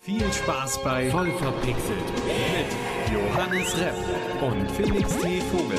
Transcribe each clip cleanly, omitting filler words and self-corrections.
Viel Spaß bei Voll verpixelt mit Johannes Repp und Felix T. Vogel.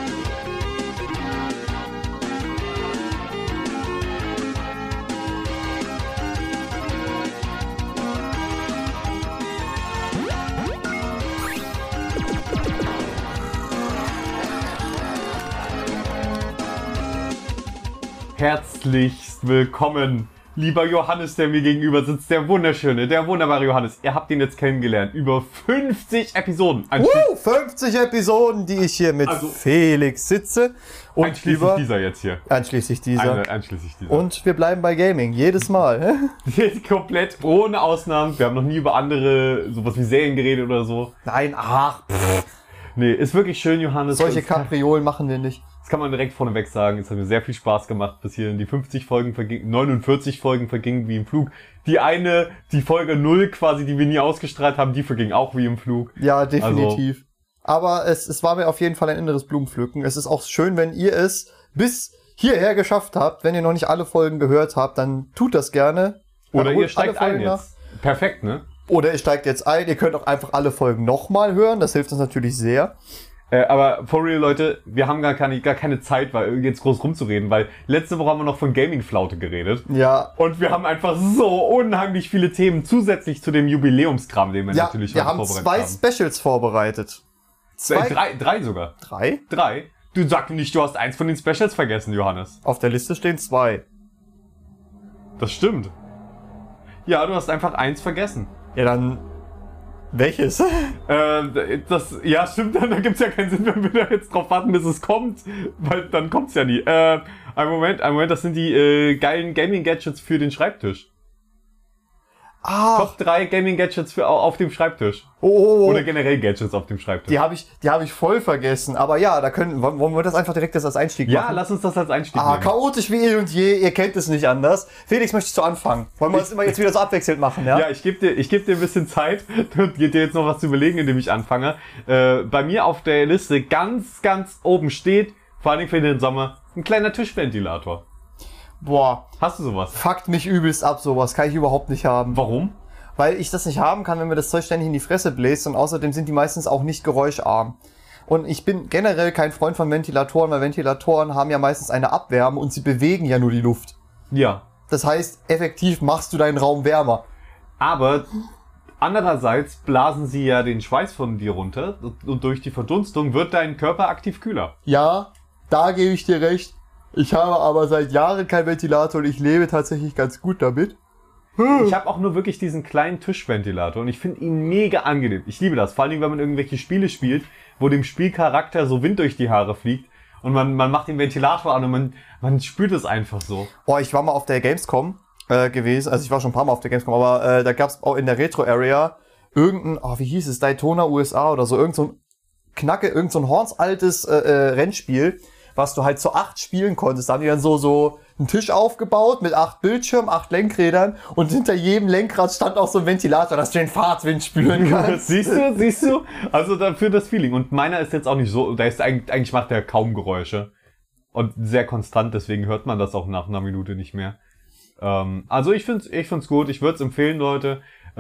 Herzlichst willkommen, lieber Johannes, der mir gegenüber sitzt, der wunderschöne, der wunderbare Johannes. Ihr habt ihn jetzt kennengelernt, über 50 Episoden. 50 Episoden, die ich hier mit Felix sitze. Und einschließlich dieser jetzt hier. Einschließlich dieser. Einschließlich dieser. Und wir bleiben bei Gaming, jedes Mal. Komplett ohne Ausnahmen. Wir haben noch nie über andere, sowas wie Serien geredet oder so. Nein, Nee, ist wirklich schön, Johannes. Solche Kapriolen machen wir nicht. Das kann man direkt vorneweg sagen. Es hat mir sehr viel Spaß gemacht, bis hierhin. Die 50 Folgen vergingen, 49 Folgen vergingen wie im Flug. Die Folge 0 quasi, die wir nie ausgestrahlt haben, die verging auch wie im Flug. Ja, definitiv. Aber es war mir auf jeden Fall ein inneres Blumenpflücken. Es ist auch schön, wenn ihr es bis hierher geschafft habt. Wenn ihr noch nicht alle Folgen gehört habt, dann tut das gerne. Oder ihr steigt ein jetzt. Perfekt, ne? Oder ihr steigt jetzt ein. Ihr könnt auch einfach alle Folgen nochmal hören. Das hilft uns natürlich sehr. Aber for real, Leute, wir haben gar keine Zeit, jetzt groß rumzureden, weil letzte Woche haben wir noch von Gaming-Flaute geredet. Ja. Und wir haben einfach so unheimlich viele Themen zusätzlich zu dem Jubiläumskram, den wir natürlich wir haben zwei Specials vorbereitet. Drei sogar. Drei? Du sag nicht, du hast eins von den Specials vergessen, Johannes. Auf der Liste stehen 2. Das stimmt. Ja, du hast einfach eins vergessen. Ja, dann... Welches? Ja, stimmt, da gibt's ja keinen Sinn, wenn wir da jetzt drauf warten, bis es kommt, weil dann kommt's ja nie. Ein Moment, das sind die geilen Gaming-Gadgets für den Schreibtisch. Top 3 Gaming-Gadgets auf dem Schreibtisch. Oder generell Gadgets auf dem Schreibtisch. Die hab ich voll vergessen. Aber ja, wollen wir das einfach direkt als Einstieg machen? Ja, lass uns das als Einstieg nehmen. Chaotisch wie eh und je, ihr kennt es nicht anders. Felix, möchtest du anfangen? Wollen wir das immer jetzt wieder so abwechselnd machen, ja? Ja, ich geb dir ein bisschen Zeit, dir jetzt noch was zu überlegen, indem ich anfange. Bei mir auf der Liste ganz, ganz oben steht, vor allem für den Sommer, ein kleiner Tischventilator. Boah. Hast du sowas? Fuckt mich übelst ab, sowas. Kann ich überhaupt nicht haben. Warum? Weil ich das nicht haben kann, wenn mir das Zeug ständig in die Fresse bläst, und außerdem sind die meistens auch nicht geräuscharm. Und ich bin generell kein Freund von Ventilatoren, weil Ventilatoren haben ja meistens eine Abwärme und sie bewegen ja nur die Luft. Ja. Das heißt, effektiv machst du deinen Raum wärmer. Aber andererseits blasen sie ja den Schweiß von dir runter und durch die Verdunstung wird dein Körper aktiv kühler. Ja, da gebe ich dir recht. Ich habe aber seit Jahren keinen Ventilator und ich lebe tatsächlich ganz gut damit. Ich habe auch nur wirklich diesen kleinen Tischventilator und ich finde ihn mega angenehm. Ich liebe das, vor allem wenn man irgendwelche Spiele spielt, wo dem Spielcharakter so Wind durch die Haare fliegt und man macht den Ventilator an und man spürt es einfach so. Oh, ich war mal auf der Gamescom gewesen, also ich war schon ein paar Mal auf der Gamescom, aber da gab's auch in der Retro-Area wie hieß es, Daytona USA oder so, irgend so ein hornsaltes Rennspiel, was du halt zu 8 spielen konntest. Da haben die dann so einen Tisch aufgebaut mit 8 Bildschirmen, 8 Lenkrädern und hinter jedem Lenkrad stand auch so ein Ventilator, dass du den Fahrtwind spüren kannst. Siehst du? Also dafür das Feeling. Und meiner ist jetzt auch nicht so, eigentlich macht der kaum Geräusche. Und sehr konstant, deswegen hört man das auch nach einer Minute nicht mehr. Also ich find's gut, ich würde es empfehlen, Leute.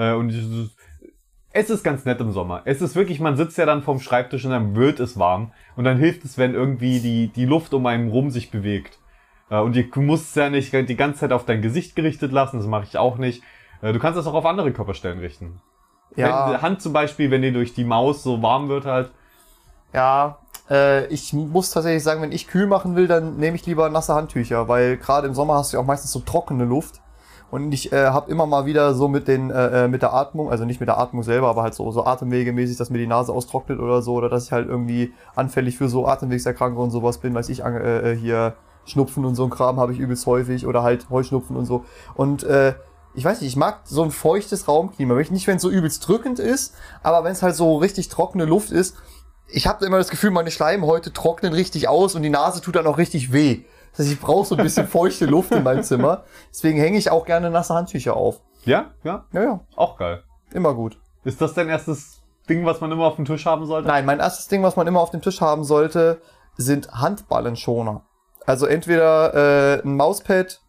Es ist ganz nett im Sommer. Es ist wirklich, man sitzt ja dann vorm Schreibtisch und dann wird es warm. Und dann hilft es, wenn irgendwie die Luft um einen rum sich bewegt. Und du musst es ja nicht die ganze Zeit auf dein Gesicht gerichtet lassen, das mache ich auch nicht. Du kannst das auch auf andere Körperstellen richten. Ja. Hand zum Beispiel, wenn dir durch die Maus so warm wird halt. Ja, ich muss tatsächlich sagen, wenn ich kühl machen will, dann nehme ich lieber nasse Handtücher, weil gerade im Sommer hast du ja auch meistens so trockene Luft. Und ich habe immer mal wieder so mit der Atmung, also nicht mit der Atmung selber, aber halt so atemwegemäßig, dass mir die Nase austrocknet oder so, oder dass ich halt irgendwie anfällig für so Atemwegserkrankungen und sowas bin, weiß ich, hier Schnupfen und so ein Kram habe ich übelst häufig oder halt Heuschnupfen und so. Und ich weiß nicht, ich mag so ein feuchtes Raumklima, nicht wenn es so übelst drückend ist, aber wenn es halt so richtig trockene Luft ist. Ich habe immer das Gefühl, meine Schleimhäute trocknen richtig aus und die Nase tut dann auch richtig weh. Das heißt, ich brauche so ein bisschen feuchte Luft in meinem Zimmer. Deswegen hänge ich auch gerne nasse Handtücher auf. Ja? Ja. Auch geil. Immer gut. Ist das dein erstes Ding, was man immer auf dem Tisch haben sollte? Nein, mein erstes Ding, was man immer auf dem Tisch haben sollte, sind Handballenschoner. Also entweder ein Mauspad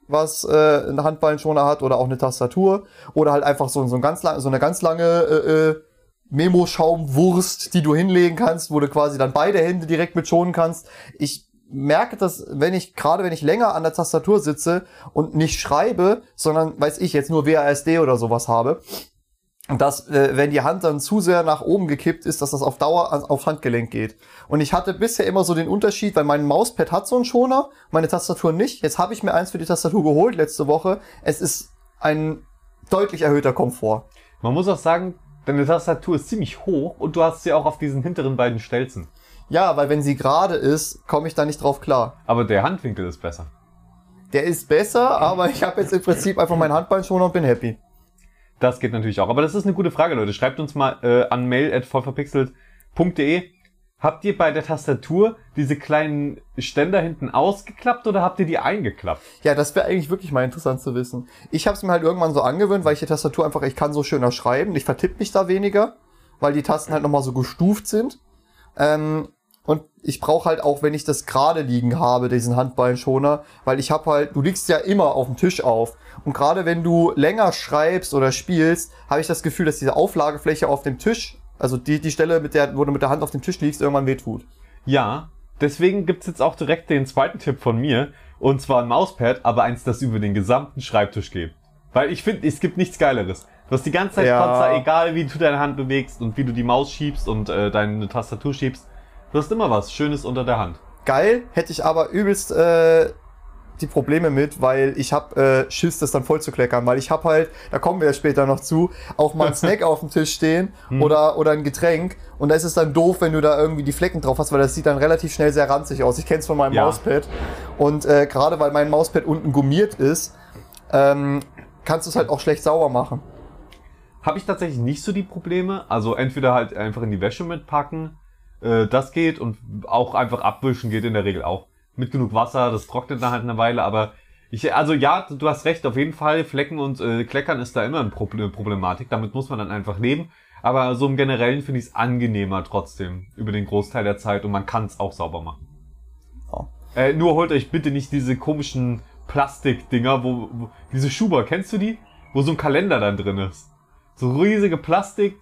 was einen Handballenschoner hat oder auch eine Tastatur oder halt einfach so eine ganz lange Memo-Schaumwurst, die du hinlegen kannst, wo du quasi dann beide Hände direkt mit schonen kannst. Ich merke das, wenn ich länger an der Tastatur sitze und nicht schreibe, sondern, weiß ich, jetzt nur WASD oder sowas habe, dass, wenn die Hand dann zu sehr nach oben gekippt ist, dass das auf Dauer aufs Handgelenk geht. Und ich hatte bisher immer so den Unterschied, weil mein Mauspad hat so einen Schoner, meine Tastatur nicht. Jetzt habe ich mir eins für die Tastatur geholt letzte Woche. Es ist ein deutlich erhöhter Komfort. Man muss auch sagen, deine Tastatur ist ziemlich hoch und du hast sie auch auf diesen hinteren beiden Stelzen. Ja, weil wenn sie gerade ist, komme ich da nicht drauf klar. Aber der Handwinkel ist besser. Der ist besser, aber ich habe jetzt im Prinzip einfach meinen Handballenschoner und bin happy. Das geht natürlich auch. Aber das ist eine gute Frage, Leute. Schreibt uns mal an mail@vollverpixelt.de. Habt ihr bei der Tastatur diese kleinen Ständer hinten ausgeklappt oder habt ihr die eingeklappt? Ja, das wäre eigentlich wirklich mal interessant zu wissen. Ich habe es mir halt irgendwann so angewöhnt, weil ich die Tastatur einfach, ich kann so schöner schreiben. Ich vertippe mich da weniger, weil die Tasten halt nochmal so gestuft sind. Und ich brauche halt auch, wenn ich das gerade liegen habe, diesen Handballenschoner, weil ich habe halt, du liegst ja immer auf dem Tisch auf. Und gerade wenn du länger schreibst oder spielst, habe ich das Gefühl, dass diese Auflagefläche auf dem Tisch, also die Stelle, wo du mit der Hand auf dem Tisch liegst, irgendwann wehtut. Ja, deswegen gibt's jetzt auch direkt den zweiten Tipp von mir. Und zwar ein Mauspad, aber eins, das über den gesamten Schreibtisch geht. Weil ich finde, es gibt nichts Geileres. Du hast die ganze Zeit Kotzer, egal wie du deine Hand bewegst und wie du die Maus schiebst und deine Tastatur schiebst. Du hast immer was Schönes unter der Hand. Geil, hätte ich aber übelst die Probleme mit, weil ich hab Schiss, das dann voll zu kleckern, weil ich hab halt, da kommen wir ja später noch zu, auch mal einen Snack auf dem Tisch stehen oder ein Getränk und da ist es dann doof, wenn du da irgendwie die Flecken drauf hast, weil das sieht dann relativ schnell sehr ranzig aus. Ich kenn's von meinem Mauspad und gerade weil mein Mauspad unten gummiert ist, kannst du es halt auch schlecht sauber machen. Habe ich tatsächlich nicht so die Probleme, also entweder halt einfach in die Wäsche mitpacken, das geht und auch einfach abwischen geht in der Regel auch. Mit genug Wasser, das trocknet dann halt eine Weile, aber du hast recht, auf jeden Fall, Flecken und Kleckern ist da immer eine Problematik, damit muss man dann einfach leben, aber so im Generellen finde ich es angenehmer trotzdem, über den Großteil der Zeit und man kann es auch sauber machen. Ja. Nur holt euch bitte nicht diese komischen Plastikdinger, wo diese Schuber, kennst du die? Wo so ein Kalender dann drin ist. So riesige Plastik.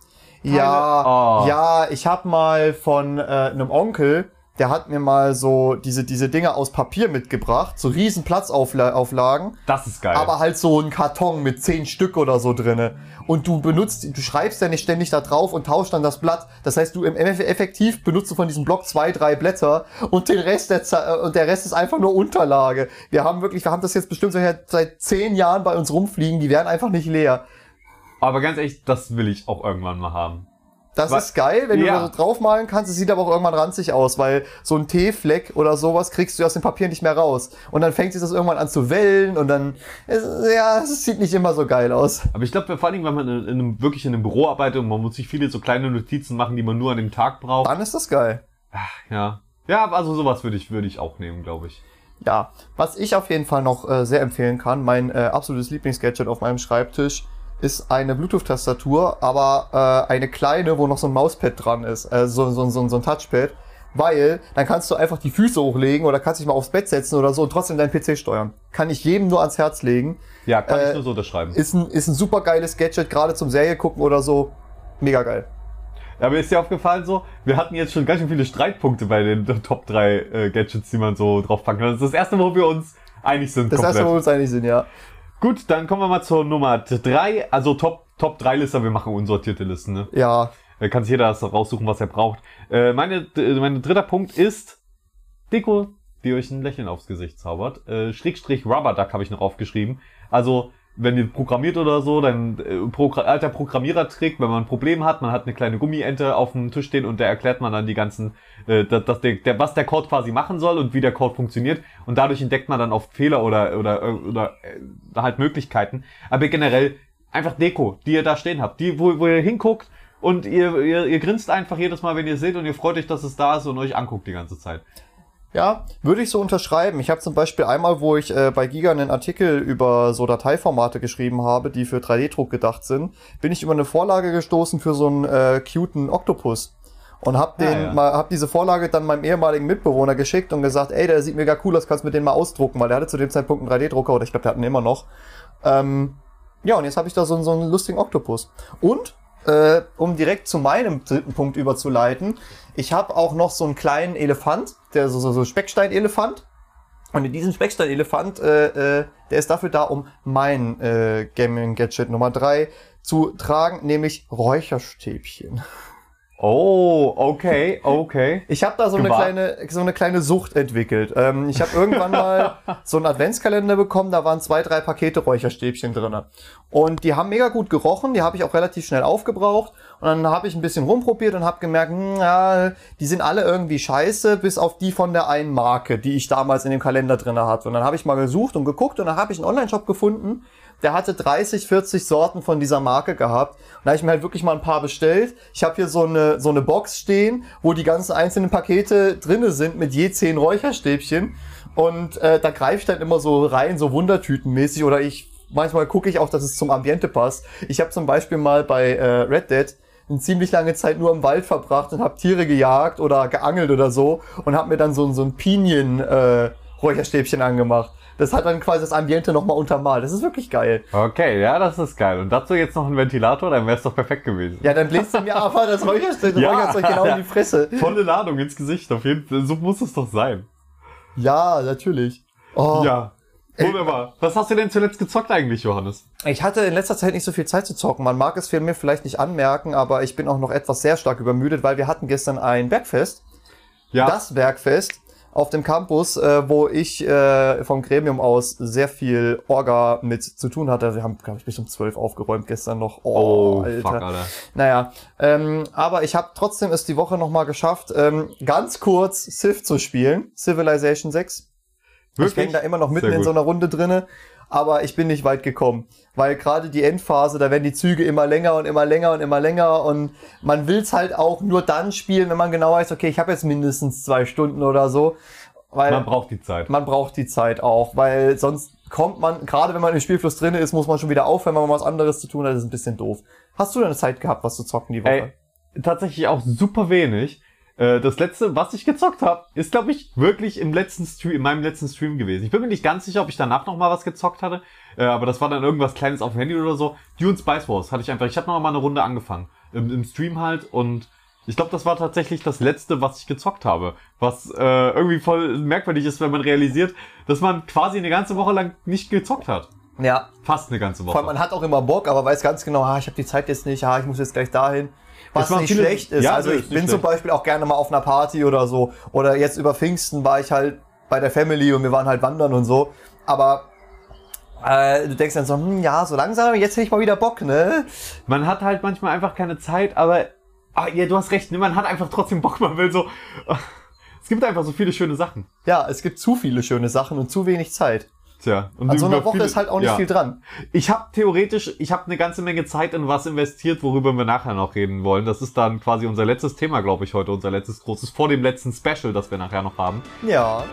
Ja, ich hab mal von einem Onkel, der hat mir mal so diese Dinger aus Papier mitgebracht, so riesen Platzauflagen. Das ist geil. Aber halt so ein Karton mit 10 Stück oder so drinne. Und du schreibst ja nicht ständig da drauf und tauschst dann das Blatt. Das heißt, du effektiv benutzt du von diesem Block 2, 3 Blätter und der Rest ist einfach nur Unterlage. Wir haben das jetzt bestimmt seit 10 Jahren bei uns rumfliegen, die werden einfach nicht leer. Aber ganz ehrlich, das will ich auch irgendwann mal haben. Das ist geil, wenn du da so draufmalen kannst. Es sieht aber auch irgendwann ranzig aus, weil so ein T-Fleck oder sowas kriegst du aus dem Papier nicht mehr raus. Und dann fängt sich das irgendwann an zu wellen und dann, es sieht nicht immer so geil aus. Aber ich glaube, vor allem, wenn man wirklich in einem Büro arbeitet und man muss sich viele so kleine Notizen machen, die man nur an dem Tag braucht. Dann ist das geil. Ja. Ja, also sowas würde ich auch nehmen, glaube ich. Ja, was ich auf jeden Fall noch sehr empfehlen kann, mein absolutes Lieblingsgadget auf meinem Schreibtisch, ist eine Bluetooth-Tastatur, aber eine kleine, wo noch so ein Mauspad dran ist, so ein Touchpad, weil dann kannst du einfach die Füße hochlegen oder kannst dich mal aufs Bett setzen oder so und trotzdem deinen PC steuern. Kann ich jedem nur ans Herz legen. Ja, kann ich nur so unterschreiben. Ist ein super geiles Gadget, gerade zum Serie gucken oder so. Mega geil. Ja, mir ist dir aufgefallen so, wir hatten jetzt schon ganz schön viele Streitpunkte bei den Top 3 Gadgets, die man so drauf packen kann. Das ist das erste, wo wir uns einig sind. Das erste, wo wir uns einig sind, ja. Gut, dann kommen wir mal zur Nummer 3, also Top 3 Liste, wir machen unsortierte Listen, ne? Ja. Da kann sich jeder das raussuchen, was er braucht. Mein dritter Punkt ist Deko, die euch ein Lächeln aufs Gesicht zaubert. Schrägstrich Rubber Duck habe ich noch aufgeschrieben. Also, wenn ihr programmiert oder so, dann alter Programmierertrick, wenn man ein Problem hat, man hat eine kleine Gummiente auf dem Tisch stehen und der erklärt man dann die ganzen, was der Code quasi machen soll und wie der Code funktioniert und dadurch entdeckt man dann oft Fehler oder halt Möglichkeiten. Aber generell einfach Deko, die ihr da stehen habt, die wo ihr hinguckt und ihr grinst einfach jedes Mal, wenn ihr seht und ihr freut euch, dass es da ist und euch anguckt die ganze Zeit. Ja, würde ich so unterschreiben. Ich habe zum Beispiel einmal, wo ich bei Giga einen Artikel über so Dateiformate geschrieben habe, die für 3D-Druck gedacht sind, bin ich über eine Vorlage gestoßen für so einen cuten Oktopus. Und hab diese Vorlage dann meinem ehemaligen Mitbewohner geschickt und gesagt, ey, der sieht mega cool aus, kannst du mit dem mal ausdrucken, weil der hatte zu dem Zeitpunkt einen 3D-Drucker oder ich glaube, der hat ihn immer noch. Ja, und jetzt habe ich da so einen lustigen Oktopus. Und, um direkt zu meinem dritten Punkt überzuleiten, ich habe auch noch so einen kleinen Elefant, der so Speckstein-Elefant. Und in diesem Speckstein-Elefant, der ist dafür da, um mein Gaming-Gadget Nummer 3 zu tragen, nämlich Räucherstäbchen. Oh, okay. Ich habe da so eine kleine Sucht entwickelt. Ich habe irgendwann mal so einen Adventskalender bekommen, da waren 2, 3 Pakete Räucherstäbchen drinne. Und die haben mega gut gerochen, die habe ich auch relativ schnell aufgebraucht. Und dann habe ich ein bisschen rumprobiert und habe gemerkt, ja, die sind alle irgendwie scheiße, bis auf die von der einen Marke, die ich damals in dem Kalender drinne hatte. Und dann habe ich mal gesucht und geguckt und dann habe ich einen Online-Shop gefunden, der hatte 30, 40 Sorten von dieser Marke gehabt. Und da habe ich mir halt wirklich mal ein paar bestellt. Ich habe hier so eine Box stehen, wo die ganzen einzelnen Pakete drinne sind mit je 10 Räucherstäbchen. Und da greife ich dann immer so rein, so wundertütenmäßig. Oder manchmal gucke ich auch, dass es zum Ambiente passt. Ich habe zum Beispiel mal bei Red Dead eine ziemlich lange Zeit nur im Wald verbracht und habe Tiere gejagt oder geangelt oder so. Und habe mir dann so ein Pinien-Räucherstäbchen angemacht. Das hat dann quasi das Ambiente nochmal untermalt. Das ist wirklich geil. Okay, ja, das ist geil. Und dazu jetzt noch ein Ventilator, dann wäre es doch perfekt gewesen. Ja, dann bläst du mir aber das Räucherzeug genau in die Fresse. Volle Ladung ins Gesicht, auf jeden Fall. So muss es doch sein. Ja, natürlich. Oh. Ja, wunderbar. Was hast du denn zuletzt gezockt eigentlich, Johannes? Ich hatte in letzter Zeit nicht so viel Zeit zu zocken. Man mag es mir vielleicht nicht anmerken, aber ich bin auch noch etwas sehr stark übermüdet, weil wir hatten gestern ein Bergfest. Ja. Das Bergfest auf dem Campus, wo ich vom Gremium aus sehr viel Orga mit zu tun hatte. Wir haben, glaube ich, bis um 12 aufgeräumt gestern noch. Oh, Alter. Fuck, Alter. Naja, aber ich habe trotzdem es die Woche nochmal geschafft, ganz kurz Civ zu spielen. Civilization 6. Wirklich? Ich bin da immer noch mitten in so einer Runde drinne, aber ich bin nicht weit gekommen. Weil gerade die Endphase, da werden die Züge immer länger und immer länger und immer länger und man will's halt auch nur dann spielen, wenn man genau weiß, okay, ich habe jetzt mindestens 2 Stunden oder so. Weil man braucht die Zeit. Man braucht die Zeit auch, weil sonst kommt man, gerade wenn man im Spielfluss drin ist, muss man schon wieder aufhören, wenn man was anderes zu tun hat, das ist ein bisschen doof. Hast du denn Zeit gehabt, was zu zocken die Woche? Tatsächlich auch super wenig. Das letzte, was ich gezockt habe, ist, glaube ich, wirklich in meinem letzten Stream gewesen. Ich bin mir nicht ganz sicher, ob ich danach noch mal was gezockt hatte, aber das war dann irgendwas Kleines auf dem Handy oder so. Dune Spice Wars hatte ich einfach. Ich habe noch mal eine Runde angefangen im Stream halt und ich glaube, das war tatsächlich das letzte, was ich gezockt habe. Was irgendwie voll merkwürdig ist, wenn man realisiert, dass man quasi eine ganze Woche lang nicht gezockt hat. Ja. Fast eine ganze Woche. Vor allem, man hat auch immer Bock, aber weiß ganz genau, ich habe die Zeit jetzt nicht, ich muss jetzt gleich dahin. Was nicht schlecht ist. Ja, also ich bin zum Beispiel auch gerne mal auf einer Party oder so. Oder jetzt über Pfingsten war ich halt bei der Family und wir waren halt wandern und so. Aber du denkst dann so, ja, so langsam, jetzt hätte ich mal wieder Bock, ne? Man hat halt manchmal einfach keine Zeit, aber ja, du hast recht, ne? Man hat einfach trotzdem Bock, man will so. Es gibt einfach so viele schöne Sachen. Ja, es gibt zu viele schöne Sachen und zu wenig Zeit. Tja, und an so einer Woche ist halt auch nicht viel dran. Ich habe eine ganze Menge Zeit in was investiert, worüber wir nachher noch reden wollen. Das ist dann quasi unser letztes Thema, glaube ich, heute. Unser letztes großes, vor dem letzten Special, das wir nachher noch haben. Ja.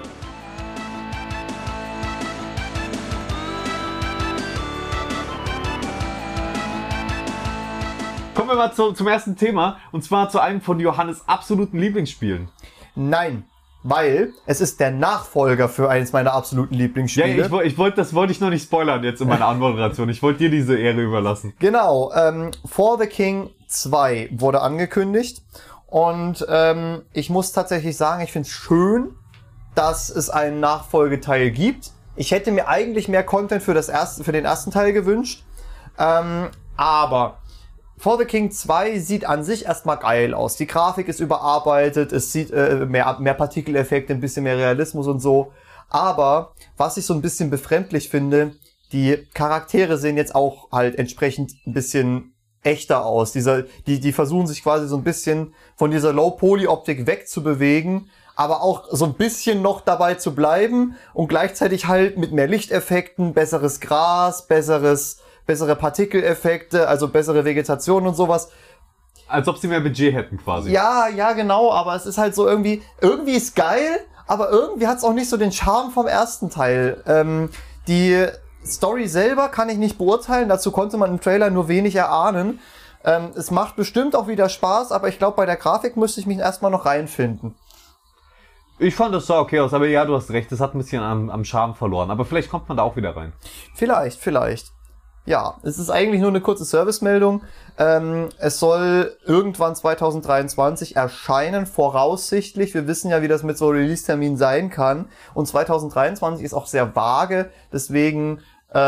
Kommen wir mal zum ersten Thema. Und zwar zu einem von Johannes absoluten Lieblingsspielen. Nein. Weil es ist der Nachfolger für eines meiner absoluten Lieblingsspiele. Ja, das wollte ich noch nicht spoilern jetzt in meiner Anmoderation. Ich wollte dir diese Ehre überlassen. Genau, For the King 2 wurde angekündigt. Und ich muss tatsächlich sagen, ich finde es schön, dass es einen Nachfolgeteil gibt. Ich hätte mir eigentlich mehr Content für den ersten Teil gewünscht. Aber For the King 2 sieht an sich erstmal geil aus. Die Grafik ist überarbeitet, es sieht mehr Partikeleffekte, ein bisschen mehr Realismus und so. Aber was ich so ein bisschen befremdlich finde, die Charaktere sehen jetzt auch halt entsprechend ein bisschen echter aus. Die versuchen sich quasi so ein bisschen von dieser Low-Poly-Optik wegzubewegen, aber auch so ein bisschen noch dabei zu bleiben und gleichzeitig halt mit mehr Lichteffekten, besseres Gras, bessere Partikeleffekte, also bessere Vegetation und sowas. Als ob sie mehr Budget hätten quasi. Ja, genau, aber es ist halt so irgendwie ist geil, aber irgendwie hat es auch nicht so den Charme vom ersten Teil. Die Story selber kann ich nicht beurteilen, dazu konnte man im Trailer nur wenig erahnen. Es macht bestimmt auch wieder Spaß, aber ich glaube, bei der Grafik müsste ich mich erstmal noch reinfinden. Ich fand, das sah okay aus, aber ja, du hast recht, das hat ein bisschen am Charme verloren. Aber vielleicht kommt man da auch wieder rein. Vielleicht. Ja, es ist eigentlich nur eine kurze Servicemeldung. Es soll irgendwann 2023 erscheinen, voraussichtlich. Wir wissen ja, wie das mit so Release-Terminen sein kann. Und 2023 ist auch sehr vage. Deswegen,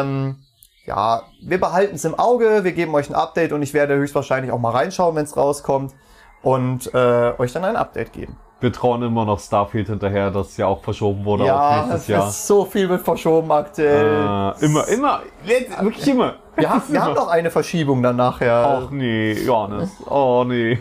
ja, wir behalten es im Auge. Wir geben euch ein Update und ich werde höchstwahrscheinlich auch mal reinschauen, wenn es rauskommt. Und euch dann ein Update geben. Wir trauen immer noch Starfield hinterher, das ja auch verschoben wurde auf nächstes Jahr. Ja, es ist so viel wird verschoben aktuell. Immer. Wirklich immer. Wir haben noch eine Verschiebung dann nachher. Ach nee, Johannes. Oh nee.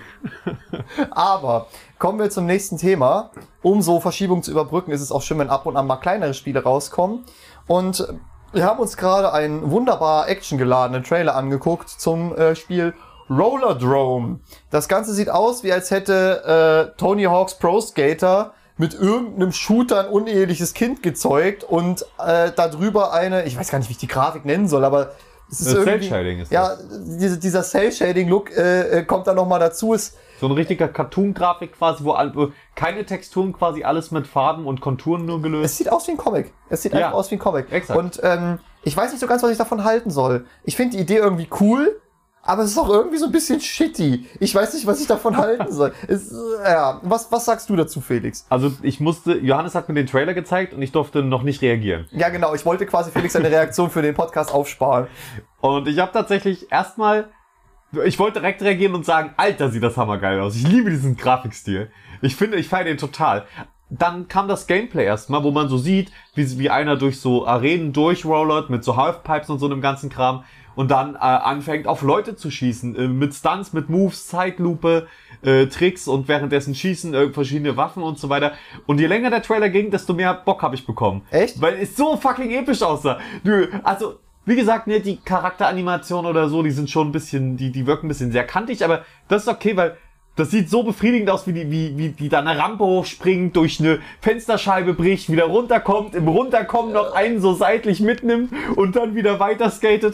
Aber kommen wir zum nächsten Thema. Um so Verschiebungen zu überbrücken, ist es auch schön, wenn ab und an mal kleinere Spiele rauskommen. Und wir haben uns gerade einen wunderbar actiongeladenen Trailer angeguckt zum Spiel Rollerdrome. Das Ganze sieht aus, wie als hätte Tony Hawk's Pro Skater mit irgendeinem Shooter ein uneheliches Kind gezeugt und darüber ich weiß gar nicht, wie ich die Grafik nennen soll, aber es ist irgendwie... Cell-Shading ist das. Ja, dieser Cell-Shading-Look kommt dann nochmal dazu. So ein richtiger Cartoon-Grafik quasi, wo keine Texturen, quasi alles mit Farben und Konturen nur gelöst. Es sieht aus wie ein Comic. Es sieht einfach aus wie ein Comic. Exakt. Und ich weiß nicht so ganz, was ich davon halten soll. Ich finde die Idee irgendwie cool, aber es ist auch irgendwie so ein bisschen shitty. Ich weiß nicht, was ich davon halten soll. Was sagst du dazu, Felix? Also Johannes hat mir den Trailer gezeigt und ich durfte noch nicht reagieren. Ja, genau. Ich wollte quasi Felix eine Reaktion für den Podcast aufsparen. Und ich habe tatsächlich ich wollte direkt reagieren und sagen, Alter, sieht das hammergeil aus. Ich liebe diesen Grafikstil. Ich feiere den total. Dann kam das Gameplay erstmal, wo man so sieht, wie einer durch so Arenen durchrollert mit so Halfpipes und so einem ganzen Kram und dann anfängt auf Leute zu schießen, mit Stunts, mit Moves, Zeitlupe, Tricks und währenddessen schießen, verschiedene Waffen und so weiter. Und je länger der Trailer ging, desto mehr Bock habe ich bekommen. Echt? Weil es so fucking episch aussah. Also, wie gesagt, ne, die Charakteranimationen oder so, die sind schon ein bisschen, die wirken ein bisschen sehr kantig, aber das ist okay, weil das sieht so befriedigend aus, wie die da eine Rampe hochspringt, durch eine Fensterscheibe bricht, wieder runterkommt, im Runterkommen noch einen so seitlich mitnimmt und dann wieder weiter skatet.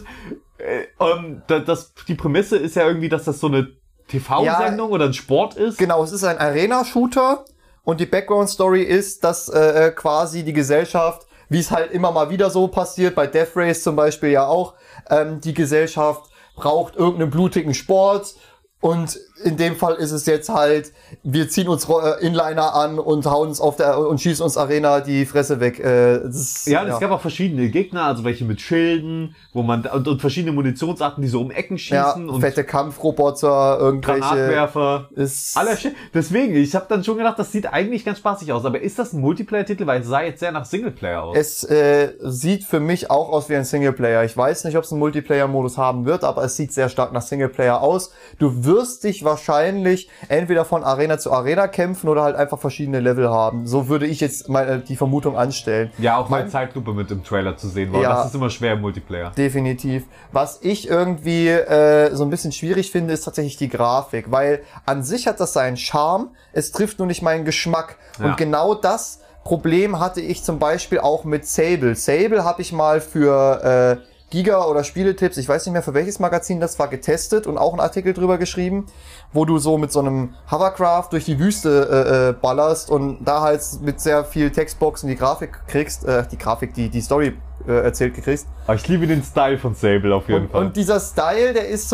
Die Prämisse ist ja irgendwie, dass das so eine TV-Sendung oder ein Sport ist. Genau, es ist ein Arena-Shooter und die Background-Story ist, dass quasi die Gesellschaft, wie es halt immer mal wieder so passiert, bei Death Race zum Beispiel ja auch, die Gesellschaft braucht irgendeinen blutigen Sport. Und in dem Fall ist es jetzt halt, wir ziehen uns Inliner an und hauen uns und schießen uns Arena die Fresse weg. Es gab auch verschiedene Gegner, also welche mit Schilden, wo man und verschiedene Munitionsarten, die so um Ecken schießen und fette Kampfroboter, irgendwelche Granatwerfer. Deswegen, ich habe dann schon gedacht, das sieht eigentlich ganz spaßig aus. Aber ist das ein Multiplayer-Titel? Weil es sah jetzt sehr nach Singleplayer aus. Es sieht für mich auch aus wie ein Singleplayer. Ich weiß nicht, ob es einen Multiplayer-Modus haben wird, aber es sieht sehr stark nach Singleplayer aus. Du wirst dich wahrscheinlich entweder von Arena zu Arena kämpfen oder halt einfach verschiedene Level haben. So würde ich jetzt mal die Vermutung anstellen. Ja, auch mal Zeitlupe mit im Trailer zu sehen war. Ja, das ist immer schwer im Multiplayer. Definitiv. Was ich irgendwie so ein bisschen schwierig finde, ist tatsächlich die Grafik, weil an sich hat das seinen Charme, es trifft nur nicht meinen Geschmack. Ja. Und genau das Problem hatte ich zum Beispiel auch mit Sable. Sable habe ich mal für Giga oder Spieletipps, ich weiß nicht mehr für welches Magazin das war, getestet und auch einen Artikel drüber geschrieben, wo du so mit so einem Hovercraft durch die Wüste ballerst und da halt mit sehr viel Textboxen die Grafik kriegst, die Story erzählt gekriegst. Aber ich liebe den Style von Sable auf jeden Fall. Und dieser Style, der ist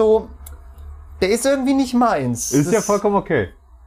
irgendwie nicht meins. Ist ja vollkommen okay.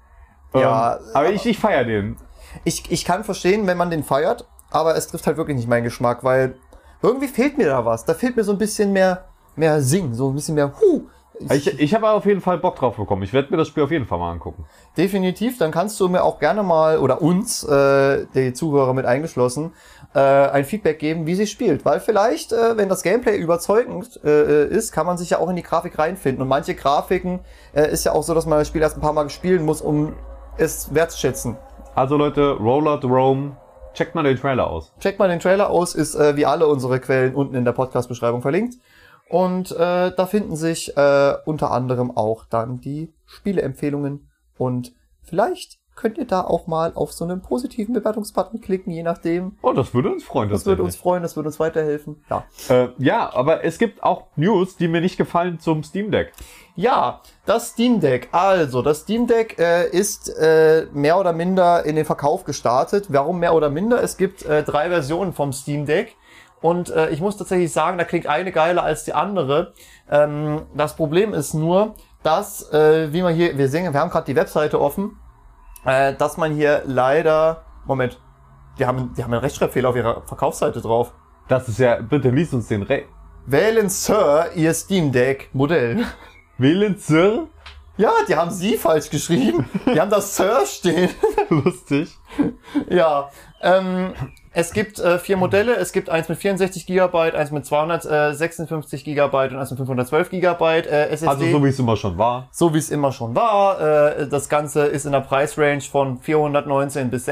Ja, aber ich feiere den. Ich kann verstehen, wenn man den feiert, aber es trifft halt wirklich nicht meinen Geschmack, weil irgendwie fehlt mir da was. Da fehlt mir so ein bisschen mehr Sing, so ein bisschen mehr Ich habe auf jeden Fall Bock drauf bekommen. Ich werde mir das Spiel auf jeden Fall mal angucken. Definitiv, dann kannst du mir auch gerne mal, oder uns, die Zuhörer mit eingeschlossen, ein Feedback geben, wie sie spielt. Weil vielleicht, wenn das Gameplay überzeugend ist, kann man sich ja auch in die Grafik reinfinden. Und manche Grafiken ist ja auch so, dass man das Spiel erst ein paar Mal spielen muss, um es wertzuschätzen. Also Leute, Rollerdrome, checkt mal den Trailer aus. Checkt mal den Trailer aus, ist wie alle unsere Quellen unten in der Podcast-Beschreibung verlinkt. Und da finden sich unter anderem auch dann die Spieleempfehlungen. Und vielleicht könnt ihr da auch mal auf so einen positiven Bewertungsbutton klicken, je nachdem. Oh, das würde uns freuen. Das würde uns freuen, das würde uns weiterhelfen. Ja. Ja, aber es gibt auch News, die mir nicht gefallen zum Steam Deck. Ja, das Steam Deck. Also, das Steam Deck ist mehr oder minder in den Verkauf gestartet. Warum mehr oder minder? Es gibt 3 Versionen vom Steam Deck. Und ich muss tatsächlich sagen, da klingt eine geiler als die andere. Das Problem ist nur, dass, wie man hier, wir haben gerade die Webseite offen, dass man hier leider, Moment, die haben einen Rechtschreibfehler auf ihrer Verkaufsseite drauf. Das ist ja, bitte lies uns den Wählen Sir Ihr Steam Deck Modell. Wählen Sir? Ja, die haben Sie falsch geschrieben. Die haben das Sir stehen. Lustig. Ja, es gibt 4 Modelle. Es gibt eins mit 64 GB, eins mit 256 GB und eins mit 512 GB SSD. Also so wie es immer schon war. So wie es immer schon war. Das Ganze ist in der Preisrange von 419 bis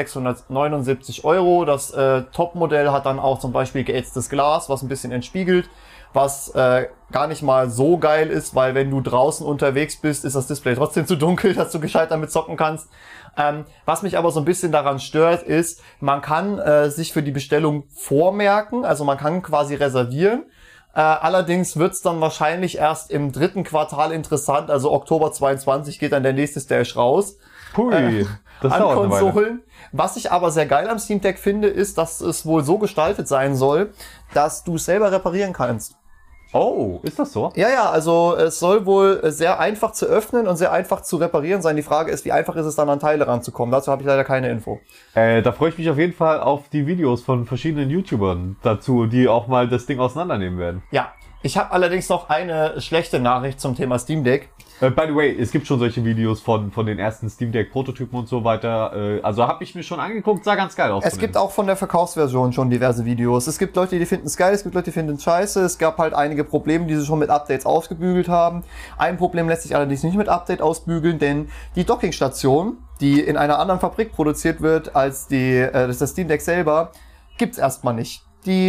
679 Euro. Das Top-Modell hat dann auch zum Beispiel geätztes Glas, was ein bisschen entspiegelt. Was gar nicht mal so geil ist, weil wenn du draußen unterwegs bist, ist das Display trotzdem zu dunkel, dass du gescheit damit zocken kannst. Was mich aber so ein bisschen daran stört, ist, man kann sich für die Bestellung vormerken, also man kann quasi reservieren. Allerdings wird's dann wahrscheinlich erst im 3. Quartal interessant, also Oktober 22 geht dann der nächste Stash raus. Pui, das an dauert eine Weile. Konsolen. Was ich aber sehr geil am Steam Deck finde, ist, dass es wohl so gestaltet sein soll, dass du es selber reparieren kannst. Oh, ist das so? Ja, also es soll wohl sehr einfach zu öffnen und sehr einfach zu reparieren sein. Die Frage ist, wie einfach ist es dann an Teile ranzukommen? Dazu habe ich leider keine Info. Da freue ich mich auf jeden Fall auf die Videos von verschiedenen YouTubern dazu, die auch mal das Ding auseinandernehmen werden. Ja, ich habe allerdings noch eine schlechte Nachricht zum Thema Steam Deck. By the way, es gibt schon solche Videos von den ersten Steam Deck Prototypen und so weiter. Also habe ich mir schon angeguckt, sah ganz geil aus. Es gibt auch von der Verkaufsversion schon diverse Videos. Es gibt Leute, die finden es geil, es gibt Leute, die finden es scheiße. Es gab halt einige Probleme, die sie schon mit Updates ausgebügelt haben. Ein Problem lässt sich allerdings nicht mit Update ausbügeln, denn die Dockingstation, die in einer anderen Fabrik produziert wird als das Steam Deck selber, gibt's erstmal nicht.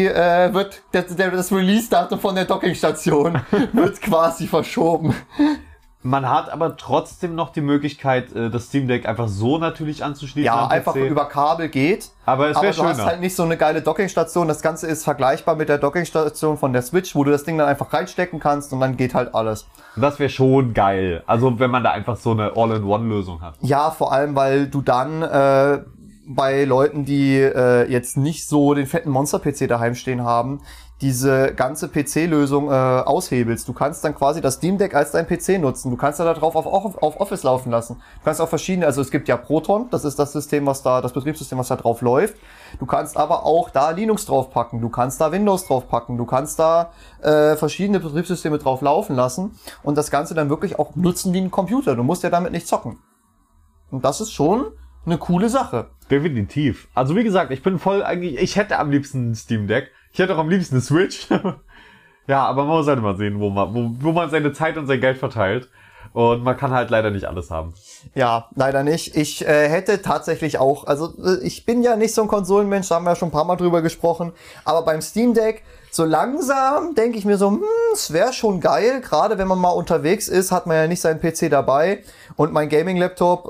Das Release-Datum von der Dockingstation wird quasi verschoben. Man hat aber trotzdem noch die Möglichkeit, das Steam Deck einfach so natürlich anzuschließen. Ja, am einfach PC. über Kabel geht. Aber es wäre schöner. Du hast halt nicht so eine geile Dockingstation. Das Ganze ist vergleichbar mit der Dockingstation von der Switch, wo du das Ding dann einfach reinstecken kannst und dann geht halt alles. Das wäre schon geil. Also wenn man da einfach so eine All-in-One-Lösung hat. Ja, vor allem, weil du dann bei Leuten, die jetzt nicht so den fetten Monster-PC daheim stehen haben, diese ganze PC-Lösung aushebelst. Du kannst dann quasi das Steam Deck als dein PC nutzen. Du kannst da drauf auf Office laufen lassen. Du kannst auch verschiedene, also es gibt ja Proton, das ist das System, das Betriebssystem, was da drauf läuft. Du kannst aber auch da Linux draufpacken, du kannst da Windows draufpacken, du kannst da verschiedene Betriebssysteme drauf laufen lassen und das Ganze dann wirklich auch nutzen wie ein Computer. Du musst ja damit nicht zocken. Und das ist schon eine coole Sache. Definitiv. Also wie gesagt, ich hätte am liebsten ein Steam Deck. Ich hätte auch am liebsten eine Switch. Ja, aber man muss halt mal sehen, wo man seine Zeit und sein Geld verteilt. Und man kann halt leider nicht alles haben. Ja, leider nicht. Ich hätte tatsächlich auch, also ich bin ja nicht so ein Konsolenmensch, da haben wir ja schon ein paar Mal drüber gesprochen. Aber beim Steam Deck, so langsam denke ich mir so, es wäre schon geil. Gerade wenn man mal unterwegs ist, hat man ja nicht seinen PC dabei. Und mein Gaming-Laptop,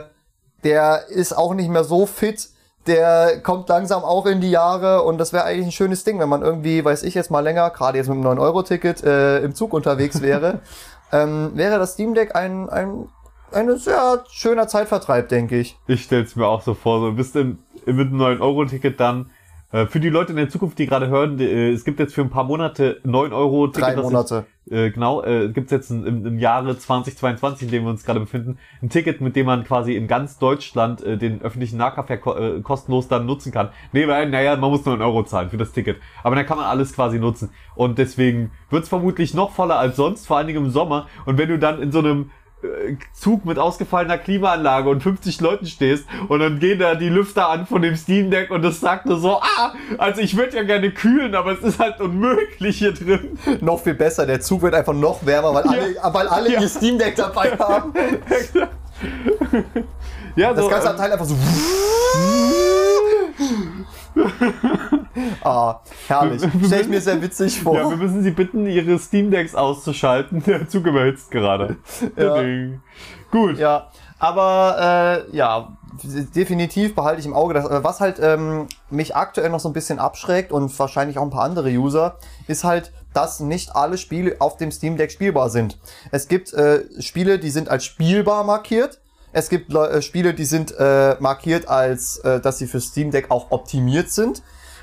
der ist auch nicht mehr so fit. Der kommt langsam auch in die Jahre und das wäre eigentlich ein schönes Ding, wenn man irgendwie, weiß ich jetzt mal länger, gerade jetzt mit einem 9-Euro-Ticket im Zug unterwegs wäre, wäre das Steam Deck ein sehr schöner Zeitvertreib, denke ich. Ich stell's mir auch so vor, so bist mit einem 9-Euro-Ticket dann. Für die Leute in der Zukunft, die gerade hören, es gibt jetzt für ein paar Monate 9-Euro-Ticket. 3 Monate. Gibt's jetzt im Jahre 2022, in dem wir uns gerade befinden, ein Ticket, mit dem man quasi in ganz Deutschland den öffentlichen Nahverkehr kostenlos dann nutzen kann. Naja, man muss nur 1 Euro zahlen für das Ticket. Aber dann kann man alles quasi nutzen. Und deswegen wird's vermutlich noch voller als sonst, vor allen Dingen im Sommer. Und wenn du dann in so einem Zug mit ausgefallener Klimaanlage und 50 Leuten stehst und dann gehen da die Lüfter an von dem Steam Deck und das sagt nur so, also ich würde ja gerne kühlen, aber es ist halt unmöglich hier drin. Noch viel besser, der Zug wird einfach noch wärmer, weil alle ihr Steam Deck dabei haben. Ja, das so, ganze Teil einfach so. Herrlich. Stell ich mir sehr witzig vor. Ja, wir müssen Sie bitten, Ihre Steam Decks auszuschalten. Der Zug überhitzt gerade. Ja. Gut. Ja, aber ja, definitiv behalte ich im Auge. Was halt mich aktuell noch so ein bisschen abschreckt und wahrscheinlich auch ein paar andere User, ist halt, dass nicht alle Spiele auf dem Steam Deck spielbar sind. Es gibt Spiele, die sind als spielbar markiert. Es gibt Spiele, die sind markiert als, dass sie für Steam Deck auch optimiert sind.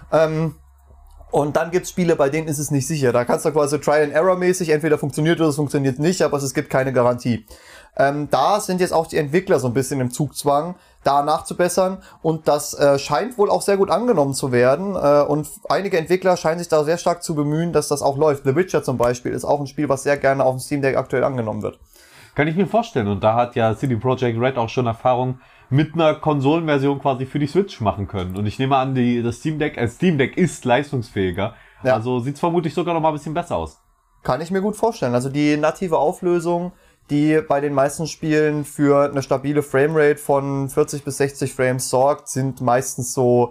Und dann gibt's Spiele, bei denen ist es nicht sicher. Da kannst du quasi Trial-and-Error-mäßig, entweder funktioniert oder es funktioniert nicht, aber es gibt keine Garantie. Da sind jetzt auch die Entwickler so ein bisschen im Zugzwang, da nachzubessern. Und das scheint wohl auch sehr gut angenommen zu werden. Und einige Entwickler scheinen sich da sehr stark zu bemühen, dass das auch läuft. The Witcher zum Beispiel ist auch ein Spiel, was sehr gerne auf dem Steam Deck aktuell angenommen wird. Kann ich mir vorstellen. Und da hat ja CD Projekt Red auch schon Erfahrung mit einer Konsolenversion quasi für die Switch machen können. Und ich nehme an, das Steam Deck ist leistungsfähiger. Ja. Also sieht's vermutlich sogar noch mal ein bisschen besser aus. Kann ich mir gut vorstellen. Also die native Auflösung, die bei den meisten Spielen für eine stabile Framerate von 40 bis 60 Frames sorgt, sind meistens so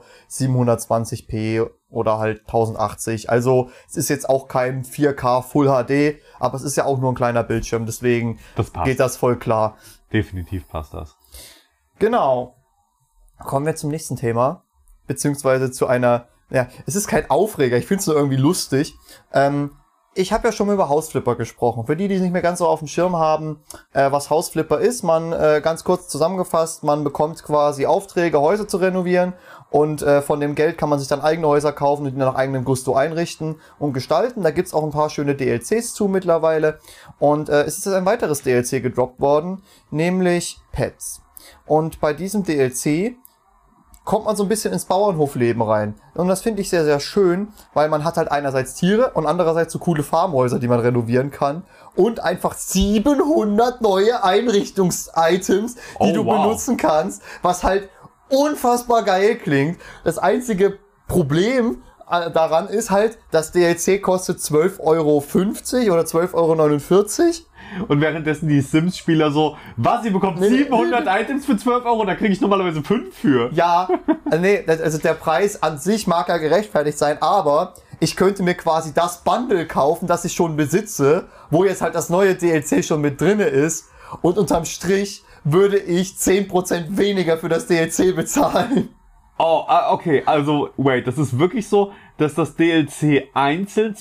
720p oder halt 1080. Also es ist jetzt auch kein 4K Full HD, aber es ist ja auch nur ein kleiner Bildschirm, deswegen geht das voll klar. Definitiv passt das. Genau. Kommen wir zum nächsten Thema, beziehungsweise zu einer, ja, es ist kein Aufreger, ich finde es nur irgendwie lustig. Ich habe ja schon mal über Hausflipper gesprochen. Für die es nicht mehr ganz so auf dem Schirm haben, was Hausflipper ist, ganz kurz zusammengefasst, man bekommt quasi Aufträge, Häuser zu renovieren und von dem Geld kann man sich dann eigene Häuser kaufen und die nach eigenem Gusto einrichten und gestalten. Da gibt's auch ein paar schöne DLCs zu mittlerweile und es ist jetzt ein weiteres DLC gedroppt worden, nämlich Pets. Und bei diesem DLC kommt man so ein bisschen ins Bauernhofleben rein. Und das finde ich sehr, sehr schön, weil man hat halt einerseits Tiere und andererseits so coole Farmhäuser, die man renovieren kann. Und einfach 700 neue Einrichtungsitems, die du benutzen kannst, was halt unfassbar geil klingt. Das einzige Problem daran ist halt, das DLC kostet 12,50 € oder 12,49 €. Und währenddessen die Sims-Spieler so, was, ihr bekommt 700 Items für 12 €, da kriege ich normalerweise 5 für. Ja, nee, also der Preis an sich mag ja gerechtfertigt sein, aber ich könnte mir quasi das Bundle kaufen, das ich schon besitze, wo jetzt halt das neue DLC schon mit drinne ist und unterm Strich würde ich 10% weniger für das DLC bezahlen. Oh, okay, also, wait, das ist wirklich so, dass das DLC einzeln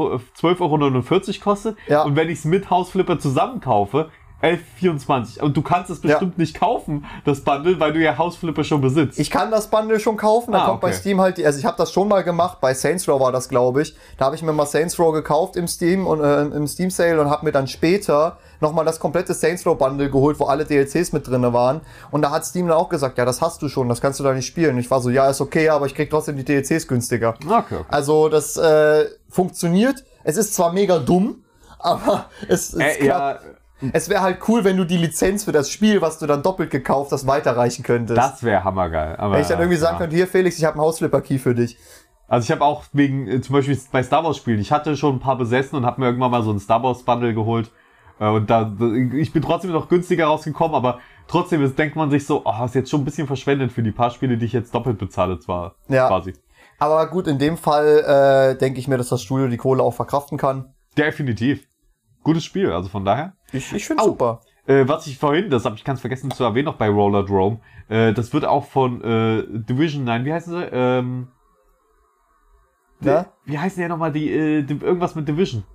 12,49 € kostet, ja. Und wenn ich es mit Hausflipper zusammen kaufe, 11,24 €. Und du kannst es bestimmt nicht kaufen, das Bundle, weil du ja Hausflipper schon besitzt. Ich kann das Bundle schon kaufen, da kommt bei Steam halt, also ich habe das schon mal gemacht, bei Saints Row war das, glaube ich. Da habe ich mir mal Saints Row gekauft im Steam und im Steam Sale und habe mir dann später nochmal das komplette Saints Row Bundle geholt, wo alle DLCs mit drinne waren. Und da hat Steam dann auch gesagt, ja, das hast du schon, das kannst du da nicht spielen. Und ich war so, ja, ist okay, aber ich krieg trotzdem die DLCs günstiger. Okay. Also das funktioniert. Es ist zwar mega dumm, aber es wäre halt cool, wenn du die Lizenz für das Spiel, was du dann doppelt gekauft hast, weiterreichen könntest. Das wäre hammergeil. Aber wenn ich dann irgendwie sagen könnte, hier Felix, ich habe einen Hausflipper-Key für dich. Also ich habe auch wegen, zum Beispiel bei Star Wars Spielen, ich hatte schon ein paar besessen und habe mir irgendwann mal so ein Star Wars Bundle geholt. Und ich bin trotzdem noch günstiger rausgekommen, aber trotzdem denkt man sich so, ist jetzt schon ein bisschen verschwendet für die paar Spiele, die ich jetzt doppelt bezahle zwar, ja, quasi. Aber gut, in dem Fall denke ich mir, dass das Studio die Kohle auch verkraften kann. Definitiv. Gutes Spiel, also von daher. Ich finde super. Was ich vorhin, das habe ich ganz vergessen zu erwähnen, noch bei Roller Drome, das wird auch von Division, nein, wie heißen sie? Wie heißen die ja nochmal, irgendwas mit Division?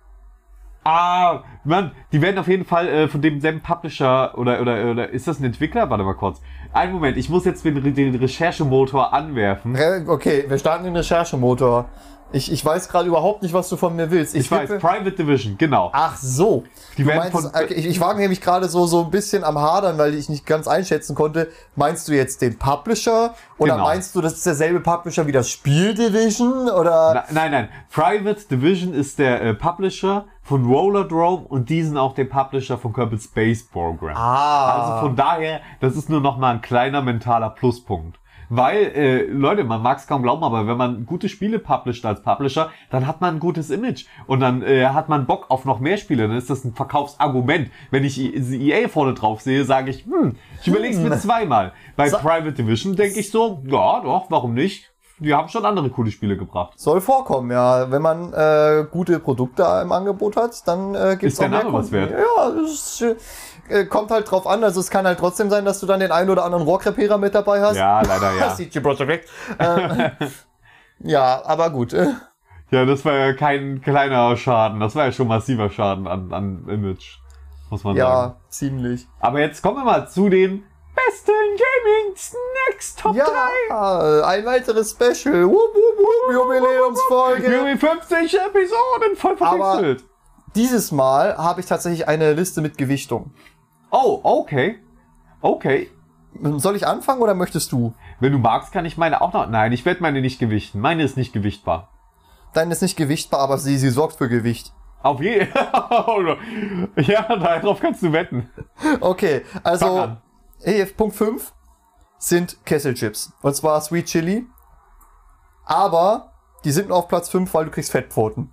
Mann, die werden auf jeden Fall von demselben Publisher oder ist das ein Entwickler? Warte mal kurz. Einen Moment, ich muss jetzt den Recherchemotor anwerfen. Okay, wir starten den Recherchemotor. Ich weiß gerade überhaupt nicht, was du von mir willst. Ich weiß, Private Division, genau. Ach so. Die werden ich war nämlich gerade so ein bisschen am Hadern, weil ich nicht ganz einschätzen konnte. Meinst du jetzt den Publisher? Oder meinst du, das ist derselbe Publisher wie das Spiel Division? Oder? Nein. Private Division ist der Publisher von Roller Drome und die sind auch der Publisher von Kerbal Space Program. Also von daher, das ist nur noch mal ein kleiner mentaler Pluspunkt. Weil, Leute, man mag es kaum glauben, aber wenn man gute Spiele publisht als Publisher, dann hat man ein gutes Image. Und dann hat man Bock auf noch mehr Spiele. Dann ist das ein Verkaufsargument. Wenn ich EA vorne drauf sehe, sage ich, ich überlege es mir zweimal. Bei Private Division denke ich so, ja, doch, warum nicht? Die haben schon andere coole Spiele gebracht. Soll vorkommen, ja. Wenn man gute Produkte im Angebot hat, dann gibt's auch mehr Kunden. Was wert. Ja, das ist kommt halt drauf an. Also es kann halt trotzdem sein, dass du dann den einen oder anderen Rohrkrepierer mit dabei hast. Ja, leider ja. Das sieht Project. Ja, aber gut. Ja, das war ja kein kleiner Schaden. Das war ja schon massiver Schaden an Image, muss man sagen. Ja, ziemlich. Aber jetzt kommen wir mal zu den besten Gaming Snacks Top 3. Ja, ein weiteres Special. Wupp, wupp, wupp, Jubiläumsfolge. Irgendwie 50 Episoden voll verpixelt. Dieses Mal habe ich tatsächlich eine Liste mit Gewichtung. Oh, okay. Okay. Soll ich anfangen oder möchtest du? Wenn du magst, kann ich meine auch noch... Nein, ich werde meine nicht gewichten. Meine ist nicht gewichtbar. Deine ist nicht gewichtbar, aber sie sorgt für Gewicht. Auf jeden Fall. Ja, darauf kannst du wetten. Okay, Fang also an. Punkt 5 sind Kesselchips. Und zwar Sweet Chili. Aber die sind nur auf Platz 5, weil du kriegst Fettpfoten.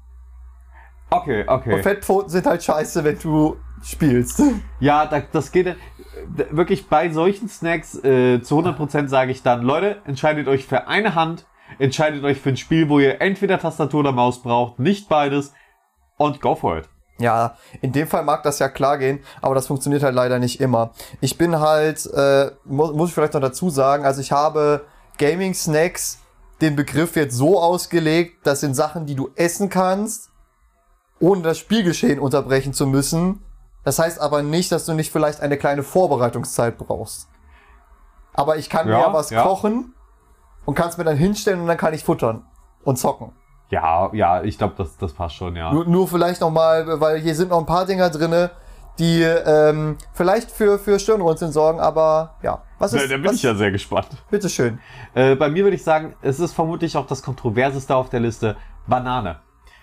Okay. Und Fettpfoten sind halt scheiße, wenn du spielst. Ja, das geht wirklich bei solchen Snacks zu 100% sage ich dann, Leute, entscheidet euch für eine Hand, entscheidet euch für ein Spiel, wo ihr entweder Tastatur oder Maus braucht, nicht beides und go for it. Ja, in dem Fall mag das ja klar gehen, aber das funktioniert halt leider nicht immer. Ich bin halt, muss ich vielleicht noch dazu sagen, also ich habe Gaming Snacks den Begriff jetzt so ausgelegt, das sind Sachen, die du essen kannst, ohne das Spielgeschehen unterbrechen zu müssen. Das heißt aber nicht, dass du nicht vielleicht eine kleine Vorbereitungszeit brauchst. Aber ich kann mir ja was kochen und kann es mir dann hinstellen und dann kann ich futtern und zocken. Ja, ich glaube, das passt schon, ja. Nur vielleicht noch mal, weil hier sind noch ein paar Dinger drinne, die vielleicht für Stirnrunzeln sorgen, aber ja. Da bin ich ja sehr gespannt. Bitteschön. Bei mir würde ich sagen, es ist vermutlich auch das Kontroverseste auf der Liste, Banane.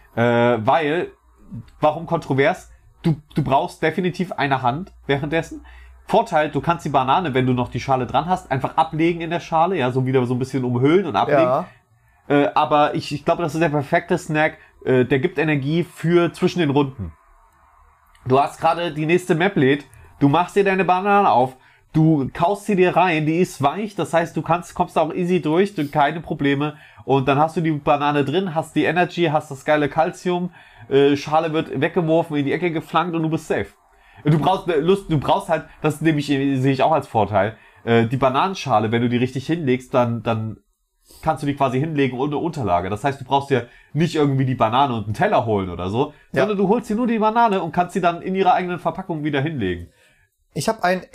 Weil, warum kontrovers? Du brauchst definitiv eine Hand währenddessen. Vorteil, du kannst die Banane, wenn du noch die Schale dran hast, einfach ablegen in der Schale, ja, so wieder so ein bisschen umhüllen und ablegen. Ja. Aber ich glaube, das ist der perfekte Snack, der gibt Energie für zwischen den Runden. Du hast gerade die nächste Map lädt, du machst dir deine Banane auf, du kaust sie dir rein, die ist weich, das heißt, du kommst da auch easy durch, keine Probleme. Und dann hast du die Banane drin, hast die Energy, hast das geile Calcium, Schale wird weggeworfen, in die Ecke geflankt und du bist safe. Du brauchst halt, das sehe ich auch als Vorteil, die Bananenschale, wenn du die richtig hinlegst, dann kannst du die quasi hinlegen ohne Unterlage. Das heißt, du brauchst dir nicht irgendwie die Banane und einen Teller holen oder so, sondern du holst dir nur die Banane und kannst sie dann in ihrer eigenen Verpackung wieder hinlegen. Ich habe einen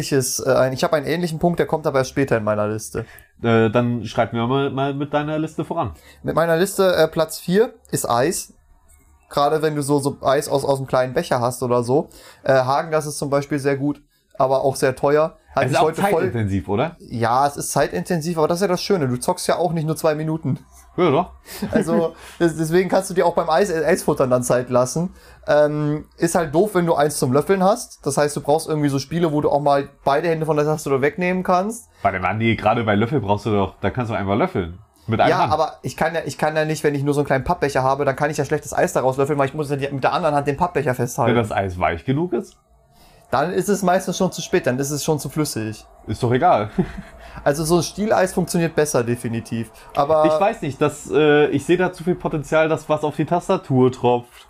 ähnlichen Punkt, der kommt aber erst später in meiner Liste. Dann schreib mir mal mit deiner Liste voran. Mit meiner Liste Platz 4 ist Eis. Gerade wenn du so Eis aus einem kleinen Becher hast oder so. Hagen, das ist zum Beispiel sehr gut, aber auch sehr teuer. Es ist auch zeitintensiv, oder? Ja, es ist zeitintensiv, aber das ist ja das Schöne. Du zockst ja auch nicht nur 2 Minuten. Ja, doch. Also, deswegen kannst du dir auch beim Eisfuttern dann Zeit lassen. Ist halt doof, wenn du eins zum Löffeln hast. Das heißt, du brauchst irgendwie so Spiele, wo du auch mal beide Hände von der Tastatur wegnehmen kannst. Gerade bei Löffel brauchst du doch, da kannst du einfach löffeln. Mit einer Hand. Aber ich kann ja nicht, wenn ich nur so einen kleinen Pappbecher habe, dann kann ich ja schlecht das Eis daraus löffeln, weil ich muss ja mit der anderen Hand den Pappbecher festhalten. Wenn das Eis weich genug ist? Dann ist es meistens schon zu spät, dann ist es schon zu flüssig. Ist doch egal. Also so ein Stieleis funktioniert besser, definitiv. Aber ich weiß nicht, ich sehe da zu viel Potenzial, dass was auf die Tastatur tropft.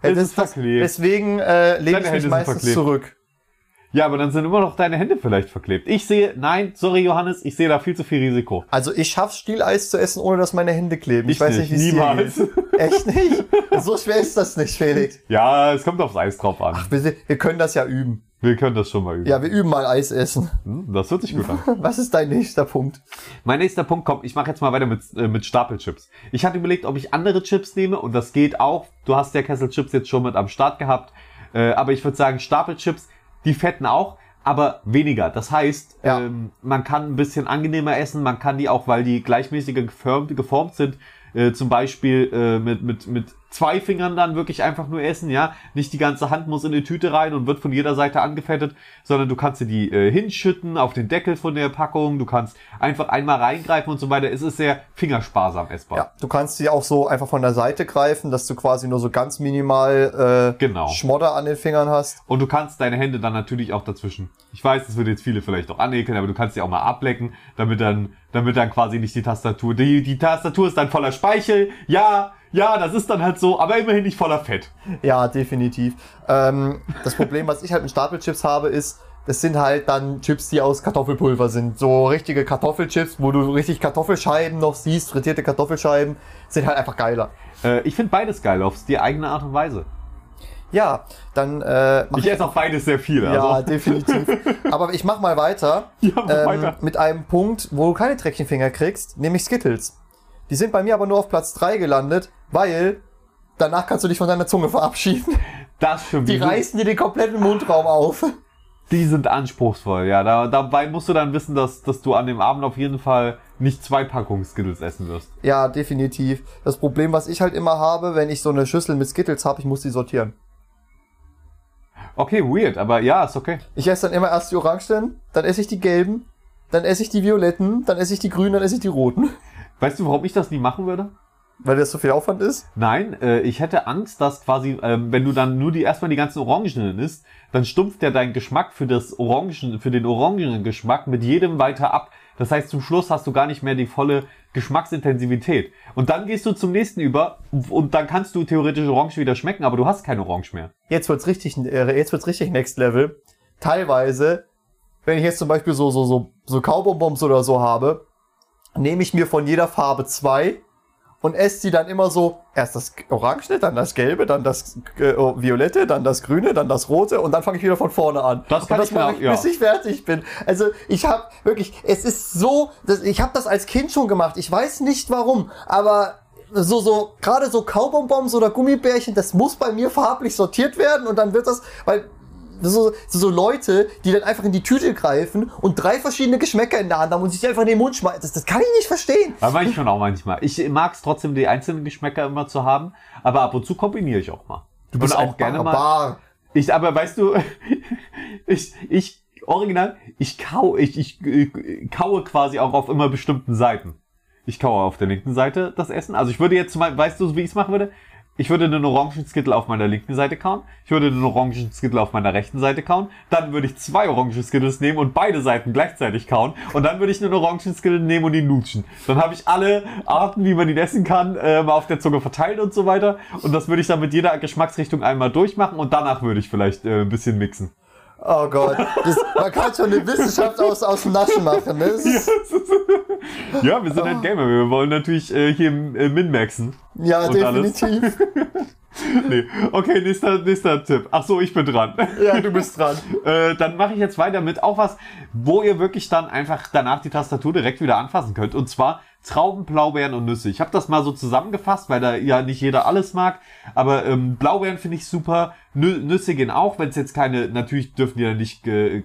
Deswegen lege ich mich meistens zurück. Ja, aber dann sind immer noch deine Hände vielleicht verklebt. Sorry Johannes, ich sehe da viel zu viel Risiko. Also ich schaff's, Stieleis zu essen, ohne dass meine Hände kleben. Ich weiß nicht, wie es niemals. Dir geht. Echt nicht? So schwer ist das nicht, Felix. Ja, es kommt aufs Eis drauf an. Ach, wir können das ja üben. Wir können das schon mal üben. Ja, wir üben mal Eis essen. Das hört sich gut an. Was ist dein nächster Punkt? Mein nächster Punkt kommt, ich mache jetzt mal weiter mit Stapelchips. Ich hatte überlegt, ob ich andere Chips nehme und das geht auch. Du hast ja Kesselchips jetzt schon mit am Start gehabt. Aber ich würde sagen, Stapelchips, die fetten auch, aber weniger. Das heißt, man kann ein bisschen angenehmer essen, man kann die auch, weil die gleichmäßiger geformt sind, zum Beispiel mit 2 Fingern dann wirklich einfach nur essen, ja. Nicht die ganze Hand muss in die Tüte rein und wird von jeder Seite angefettet, sondern du kannst dir die hinschütten auf den Deckel von der Packung, du kannst einfach einmal reingreifen und so weiter. Es ist sehr fingersparsam essbar. Ja, du kannst sie auch so einfach von der Seite greifen, dass du quasi nur so ganz minimal Schmodder an den Fingern hast. Und du kannst deine Hände dann natürlich auch dazwischen. Ich weiß, das würde jetzt viele vielleicht auch anekeln, aber du kannst sie auch mal ablecken, damit dann quasi nicht die Tastatur. Die Tastatur ist dann voller Speichel. Ja, Ja, das ist dann halt so, aber immerhin nicht voller Fett. Ja, definitiv. Das Problem, was ich halt mit Stapelchips habe, ist, das sind halt dann Chips, die aus Kartoffelpulver sind. So richtige Kartoffelchips, wo du richtig Kartoffelscheiben noch siehst, frittierte Kartoffelscheiben, sind halt einfach geiler. Ich finde beides geil, auf die eigene Art und Weise. Ja, dann ich esse auch beides sehr viel. Ja, also. definitiv. Aber ich mach mal weiter, weiter. mit einem Punkt, wo du keine Treckchenfinger kriegst, nämlich Skittles. Die sind bei mir aber nur auf Platz 3 gelandet, weil danach kannst du dich von deiner Zunge verabschieden. Das stimmt. Die reißen dir den kompletten Mundraum auf. Die sind anspruchsvoll, ja. Dabei musst du dann wissen, dass du an dem Abend auf jeden Fall nicht 2 Packungen Skittles essen wirst. Ja, definitiv. Das Problem, was ich halt immer habe, wenn ich so eine Schüssel mit Skittles habe, ich muss die sortieren. Okay, weird, aber ja, ist okay. Ich esse dann immer erst die Orangen, dann esse ich die gelben, dann esse ich die violetten, dann esse ich die grünen, dann esse ich die roten. Weißt du, warum ich das nie machen würde? Weil das so viel Aufwand ist? Nein, ich hätte Angst, dass quasi, wenn du dann nur erstmal die ganzen Orangen isst, dann stumpft ja dein Geschmack für den orangenen Geschmack mit jedem weiter ab. Das heißt, zum Schluss hast du gar nicht mehr die volle Geschmacksintensivität. Und dann gehst du zum nächsten über und dann kannst du theoretisch Orange wieder schmecken, aber du hast keine Orange mehr. Jetzt wird's richtig Next Level. Teilweise, wenn ich jetzt zum Beispiel so Kaubonbons oder so habe, nehme ich mir von jeder Farbe 2 und esse sie dann immer so, erst das Orange, dann das Gelbe, dann das Violette, dann das Grüne, dann das Rote und dann fange ich wieder von vorne an. Das kann und das mache ich, bis ich fertig bin. Also ich habe wirklich, es ist so, ich habe das als Kind schon gemacht, ich weiß nicht warum, aber gerade so Kaubonbons oder Gummibärchen, das muss bei mir farblich sortiert werden und dann wird das, weil so Leute, die dann einfach in die Tüte greifen und 3 verschiedene Geschmäcker in der Hand haben und sich die einfach in den Mund schmeißen. Das kann ich nicht verstehen. Das mache ich schon auch manchmal. Ich mag es trotzdem, die einzelnen Geschmäcker immer zu haben, aber ab und zu kombiniere ich auch mal. Du bist auch gerne mal. Aber weißt du, ich kaue quasi auch auf immer bestimmten Seiten. Ich kaue auf der linken Seite das Essen. Also ich würde jetzt mal, weißt du, wie ich es machen würde? Ich würde einen Orangenskittel auf meiner linken Seite kauen. Ich würde einen Orangenskittel auf meiner rechten Seite kauen. Dann würde ich 2 Orangenskittels nehmen und beide Seiten gleichzeitig kauen. Und dann würde ich einen Orangenskittel nehmen und ihn lutschen. Dann habe ich alle Arten, wie man ihn essen kann, mal auf der Zunge verteilt und so weiter. Und das würde ich dann mit jeder Geschmacksrichtung einmal durchmachen. Und danach würde ich vielleicht ein bisschen mixen. Oh Gott, man kann schon eine Wissenschaft aus dem Naschen machen, ne? Ja, wir sind halt Gamer, wir wollen natürlich hier min-maxen. Ja, definitiv. Nee. Okay, nächster Tipp. Ach so, ich bin dran. Ja, du bist dran. Dann mache ich jetzt weiter mit auch was, wo ihr wirklich dann einfach danach die Tastatur direkt wieder anfassen könnt. Und zwar Trauben, Blaubeeren und Nüsse. Ich habe das mal so zusammengefasst, weil da ja nicht jeder alles mag. Aber Blaubeeren finde ich super. Nüsse gehen auch, wenn es jetzt keine, natürlich dürfen die ja nicht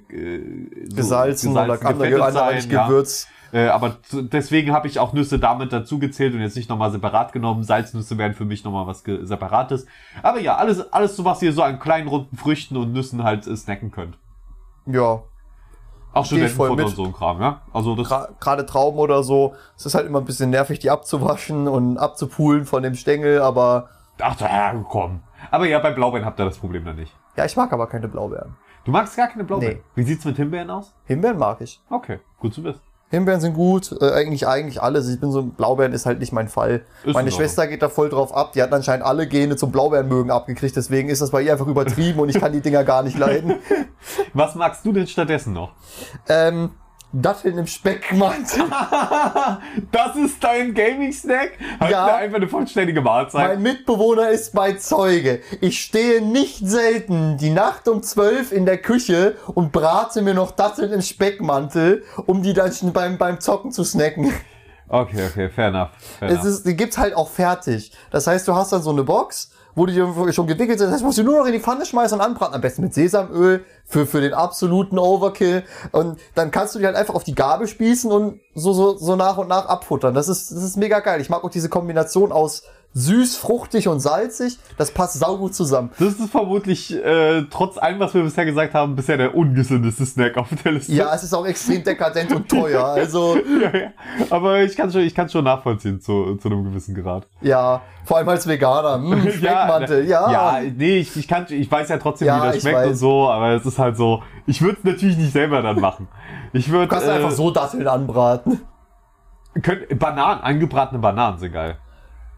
gesalzen oder sein, Gewürz. Ja. Aber deswegen habe ich auch Nüsse damit dazu gezählt und jetzt nicht nochmal separat genommen. Salznüsse wären für mich nochmal was Separates. Aber ja, alles so, was ihr so an kleinen runden Früchten und Nüssen halt snacken könnt. Ja. Auch Studentenfutter und so ein Kram, ja? Also das gerade Trauben oder so, es ist halt immer ein bisschen nervig, die abzuwaschen und abzupulen von dem Stängel, aber... Ach, ja, komm. Aber ja, bei Blaubeeren habt ihr das Problem dann nicht. Ja, ich mag aber keine Blaubeeren. Du magst gar keine Blaubeeren? Nee. Wie sieht's mit Himbeeren aus? Himbeeren mag ich. Okay, gut zu wissen. Himbeeren sind gut, eigentlich alles. Ich bin so, Blaubeeren ist halt nicht mein Fall. Meine Schwester geht da voll drauf ab. Die hat anscheinend alle Gene zum Blaubeerenmögen abgekriegt. Deswegen ist das bei ihr einfach übertrieben und ich kann die Dinger gar nicht leiden. Was magst du denn stattdessen noch? Datteln im Speckmantel. Das ist dein Gaming-Snack? Ja. Einfach eine vollständige Mahlzeit. Mein Mitbewohner ist mein Zeuge. Ich stehe nicht selten die Nacht um 12 in der Küche und brate mir noch Datteln im Speckmantel, um die dann beim Zocken zu snacken. Okay, fair enough. Die gibt's halt auch fertig. Das heißt, du hast dann so eine Box, wo die schon gewickelt sind. Das heißt, musst du nur noch in die Pfanne schmeißen und anbraten. Am besten mit Sesamöl für den absoluten Overkill. Und dann kannst du die halt einfach auf die Gabel spießen und so nach und nach abfuttern. Das ist mega geil. Ich mag auch diese Kombination aus süß, fruchtig und salzig. Das passt saugut zusammen. Das ist vermutlich, trotz allem, was wir bisher gesagt haben, bisher der ungesündeste Snack auf der Liste. Ja, es ist auch extrem dekadent und teuer. Also ja. Aber ich kann schon nachvollziehen zu einem gewissen Grad. Ja, vor allem als Veganer. Speckmantel, ja. Ja, nee, ich weiß ja trotzdem, wie das schmeckt und so, aber es ist halt so, ich würde es natürlich nicht selber dann machen. Du kannst einfach so Datteln anbraten. Angebratene Bananen sind geil.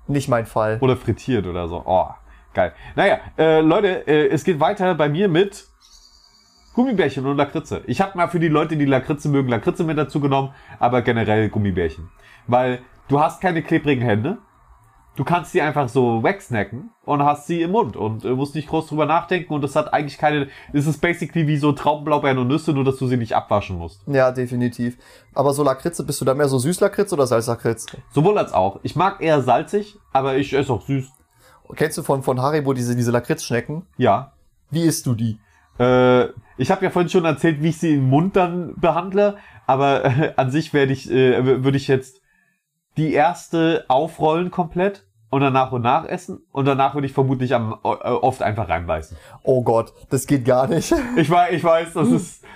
Nicht mein Fall. Oder frittiert oder so. Oh, geil. Naja, Leute, es geht weiter bei mir mit Gummibärchen und Lakritze. Ich habe mal für die Leute, die Lakritze mögen, Lakritze mit dazu genommen, aber generell Gummibärchen. Weil du hast keine klebrigen Hände. Du kannst die einfach so wegsnacken und hast sie im Mund und musst nicht groß drüber nachdenken und das hat eigentlich keine, es ist basically wie so Traubenblaubeeren und Nüsse, nur dass du sie nicht abwaschen musst. Ja, definitiv. Aber so Lakritze, bist du da mehr so Süßlakritz oder Salzlakritz? Sowohl als auch. Ich mag eher salzig, aber ich esse auch süß. Kennst du von Haribo diese Lakritzschnecken? Ja. Wie isst du die? Ich habe ja vorhin schon erzählt, wie ich sie im Mund dann behandle, aber an sich würde ich jetzt die erste aufrollen komplett und dann nach und nach essen und danach würde ich vermutlich oft einfach reinbeißen. Oh Gott, das geht gar nicht. Ich weiß, das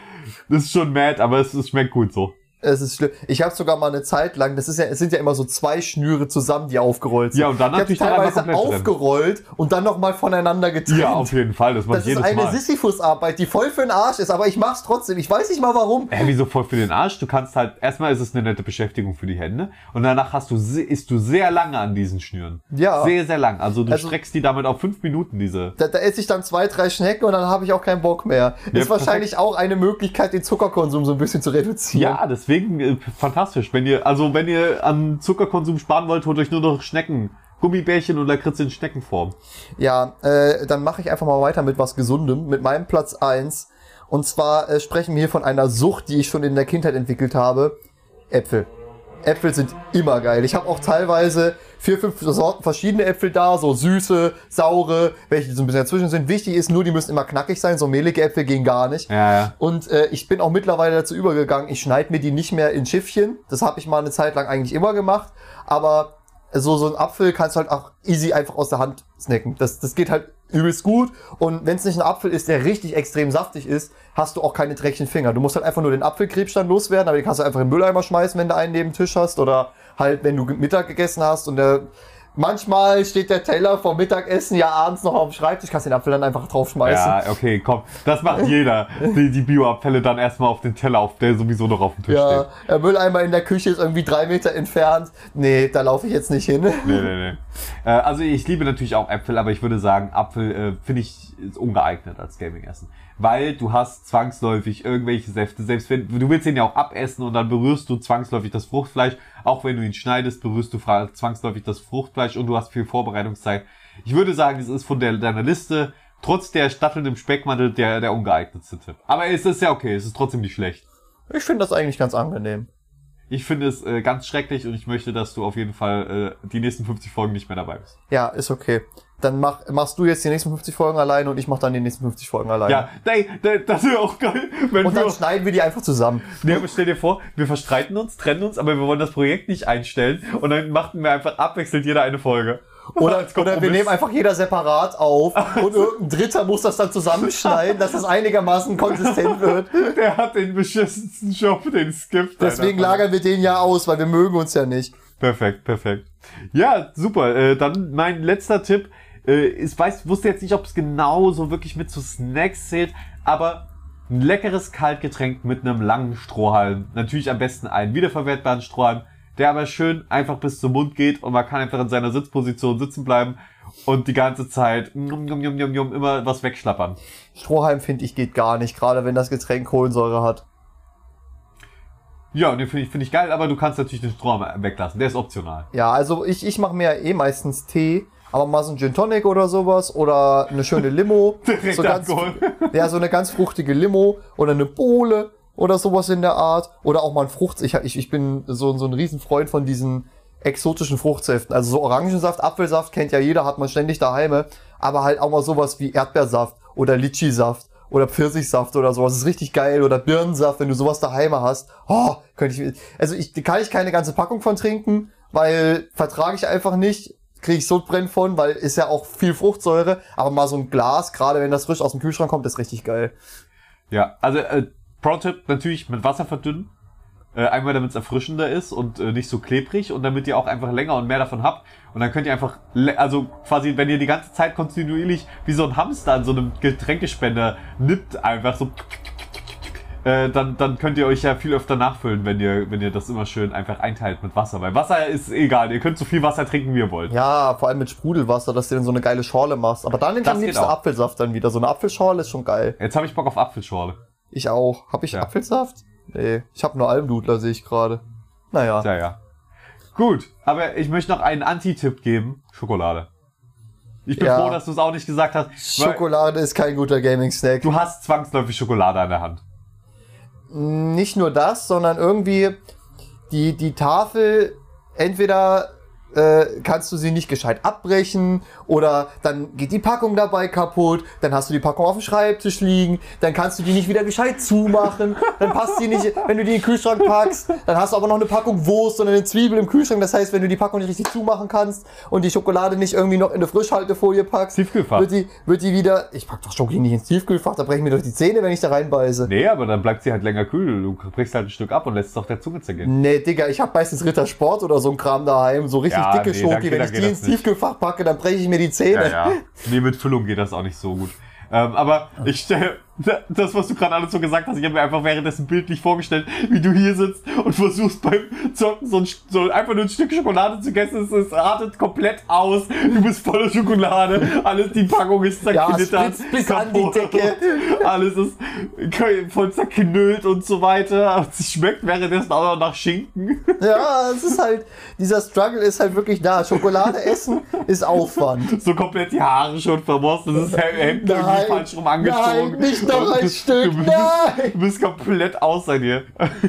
ist schon mad, aber es schmeckt gut so. Es ist schlimm. Ich habe sogar mal eine Zeit lang, es sind ja immer so 2 Schnüre zusammen, die aufgerollt sind. Ja, und dann natürlich ich habe teilweise komplett aufgerollt und dann nochmal voneinander getrennt. Ja, auf jeden Fall, das mache ich jedes Mal. Das ist eine Sisyphus-Arbeit, die voll für den Arsch ist, aber ich mach's trotzdem. Ich weiß nicht mal warum. Wieso voll für den Arsch? Du kannst halt, erstmal ist es eine nette Beschäftigung für die Hände und danach isst du sehr lange an diesen Schnüren. Ja. Sehr, sehr lang. Also du streckst die damit auf 5 Minuten, diese. Da esse ich dann 2, 3 Schnecken und dann habe ich auch keinen Bock mehr. Ja, ist wahrscheinlich auch eine Möglichkeit, den Zuckerkonsum so ein bisschen zu reduzieren. Ja, deswegen fantastisch. Wenn ihr an Zuckerkonsum sparen wollt, holt euch nur noch Schnecken. Gummibärchen und Lakritze in Schneckenform. Ja, dann mache ich einfach mal weiter mit was Gesundem, mit meinem Platz 1. Und zwar sprechen wir hier von einer Sucht, die ich schon in der Kindheit entwickelt habe. Äpfel. Äpfel sind immer geil. Ich habe auch teilweise 4, 5 Sorten verschiedene Äpfel da, so süße, saure, welche so ein bisschen dazwischen sind. Wichtig ist nur, die müssen immer knackig sein, so mehlige Äpfel gehen gar nicht. Ja. Und ich bin auch mittlerweile dazu übergegangen, ich schneide mir die nicht mehr in Schiffchen. Das habe ich mal eine Zeit lang eigentlich immer gemacht, aber so ein Apfel kannst du halt auch easy einfach aus der Hand snacken. Das geht halt übelst gut. Und wenn es nicht ein Apfel ist, der richtig extrem saftig ist, hast du auch keine dreckigen Finger. Du musst halt einfach nur den Apfelkrebs dann loswerden, aber den kannst du einfach in den Mülleimer schmeißen, wenn du einen neben dem Tisch hast oder halt, wenn du Mittag gegessen hast und manchmal steht der Teller vom Mittagessen ja abends noch auf dem Schreibtisch, kannst den Apfel dann einfach draufschmeißen. Ja, okay, komm. Das macht jeder. Die Bioabfälle dann erstmal auf den Teller, auf der sowieso noch auf dem Tisch steht. Ja, der Mülleimer in der Küche ist irgendwie 3 Meter entfernt. Nee, da laufe ich jetzt nicht hin. Nee. Also ich liebe natürlich auch Äpfel, aber ich würde sagen, Apfel finde ich ist ungeeignet als Gaming-Essen. Weil du hast zwangsläufig irgendwelche Säfte, selbst wenn, du willst den ja auch abessen und dann berührst du zwangsläufig das Fruchtfleisch. Auch wenn du ihn schneidest, berührst du zwangsläufig das Fruchtfleisch und du hast viel Vorbereitungszeit. Ich würde sagen, es ist von deiner Liste, trotz der Stacheln im Speckmantel, der ungeeignetste Tipp. Aber es ist ja okay, es ist trotzdem nicht schlecht. Ich finde das eigentlich ganz angenehm. Ich finde es ganz schrecklich und ich möchte, dass du auf jeden Fall die nächsten 50 Folgen nicht mehr dabei bist. Ja, ist okay. Dann machst du jetzt die nächsten 50 Folgen alleine und ich mach dann die nächsten 50 Folgen alleine. Ja, das wäre auch geil. Und dann schneiden wir die einfach zusammen. Nee, aber stell dir vor, wir verstreiten uns, trennen uns, aber wir wollen das Projekt nicht einstellen und dann machen wir einfach abwechselnd jeder eine Folge. Oder wir nehmen einfach jeder separat auf und irgendein Dritter muss das dann zusammenschneiden, dass das einigermaßen konsistent wird. Der hat den beschissensten Job, den skippt. Deswegen lagern wir den ja aus, weil wir mögen uns ja nicht. Perfekt. Ja, super. Dann mein letzter Tipp. Wusste jetzt nicht, ob es genau so wirklich mit zu Snacks zählt, aber ein leckeres Kaltgetränk mit einem langen Strohhalm. Natürlich am besten einen wiederverwertbaren Strohhalm, der aber schön einfach bis zum Mund geht und man kann einfach in seiner Sitzposition sitzen bleiben und die ganze Zeit immer was wegschlappern. Strohhalm, finde ich, geht gar nicht, gerade wenn das Getränk Kohlensäure hat. Ja, den finde ich geil, aber du kannst natürlich den Strohhalm weglassen, der ist optional. Ja, also ich mache mir ja meistens Tee. Aber mal so ein Gin Tonic oder sowas oder eine schöne Limo. Direkt so Alkohol. So eine ganz fruchtige Limo oder eine Bowle oder sowas in der Art. Oder auch mal ein Frucht. Ich bin so ein Riesenfreund von diesen exotischen Fruchtsäften. Also so Orangensaft, Apfelsaft kennt ja jeder, hat man ständig daheim. Aber halt auch mal sowas wie Erdbeersaft oder Litschi-Saft oder Pfirsichsaft oder sowas. Das ist richtig geil. Oder Birnensaft, wenn du sowas daheim hast. Oh, kann ich keine ganze Packung von trinken, weil vertrage ich einfach nicht. Kriege ich Sodbrennen von, weil ist ja auch viel Fruchtsäure, aber mal so ein Glas, gerade wenn das frisch aus dem Kühlschrank kommt, ist richtig geil. Ja, also Pro-Tipp natürlich mit Wasser verdünnen. Einmal damit es erfrischender ist und nicht so klebrig und damit ihr auch einfach länger und mehr davon habt. Und dann könnt ihr einfach, also quasi, wenn ihr die ganze Zeit kontinuierlich wie so ein Hamster an so einem Getränkespender nippt, einfach so, dann könnt ihr euch ja viel öfter nachfüllen, wenn ihr das immer schön einfach einteilt mit Wasser. Weil Wasser ist egal, ihr könnt so viel Wasser trinken, wie ihr wollt. Ja, vor allem mit Sprudelwasser, dass du dann so eine geile Schorle machst. Aber dann nimmt am liebsten Apfelsaft dann wieder. So eine Apfelschorle ist schon geil. Jetzt habe ich Bock auf Apfelschorle. Ich auch. Hab ich Apfelsaft? Nee, ich habe nur Almdudler, sehe ich gerade. Naja. Ja. Gut, aber ich möchte noch einen Anti-Tipp geben. Schokolade. Ich bin froh, dass du es auch nicht gesagt hast. Schokolade ist kein guter Gaming-Snack. Du hast zwangsläufig Schokolade an der Hand. Nicht nur das, sondern irgendwie die Tafel, entweder kannst du sie nicht gescheit abbrechen oder dann geht die Packung dabei kaputt, dann hast du die Packung auf dem Schreibtisch liegen, dann kannst du die nicht wieder gescheit zumachen, dann passt die nicht, wenn du die in den Kühlschrank packst, dann hast du aber noch eine Packung Wurst und eine Zwiebel im Kühlschrank, das heißt, wenn du die Packung nicht richtig zumachen kannst und die Schokolade nicht irgendwie noch in eine Frischhaltefolie packst, Tiefkühlfach. wird die wieder, ich pack doch Schokolade nicht ins Tiefkühlfach, da brechen mir doch die Zähne, wenn ich da reinbeiße. Nee, aber dann bleibt sie halt länger kühl, du brichst halt ein Stück ab und lässt es auf der Zunge zergehen. Nee, Digga, ich hab meistens Rittersport oder so ein Kram daheim, so richtig dicke Schoki, wenn ich die ins Tiefkühlfach packe, dann breche ich mir die Zähne. Ja. Nee, mit Füllung geht das auch nicht so gut. Aber das, was du gerade alles so gesagt hast, ich habe mir einfach währenddessen bildlich vorgestellt, wie du hier sitzt und versuchst beim Zocken so einfach nur ein Stück Schokolade zu essen. Es artet komplett aus. Du bist voller Schokolade. Die Packung ist zerknittert. Ja, bis an die Decke. Alles ist voll zerknüllt und so weiter. Und es schmeckt währenddessen auch noch nach Schinken. Ja, es ist halt, dieser Struggle ist halt wirklich da. Schokolade essen ist Aufwand. So komplett die Haare schon vermostet. Das Hemd irgendwie falsch rum angezogen. Nein, nicht noch ein Stück, nein! Du bist komplett außer dir.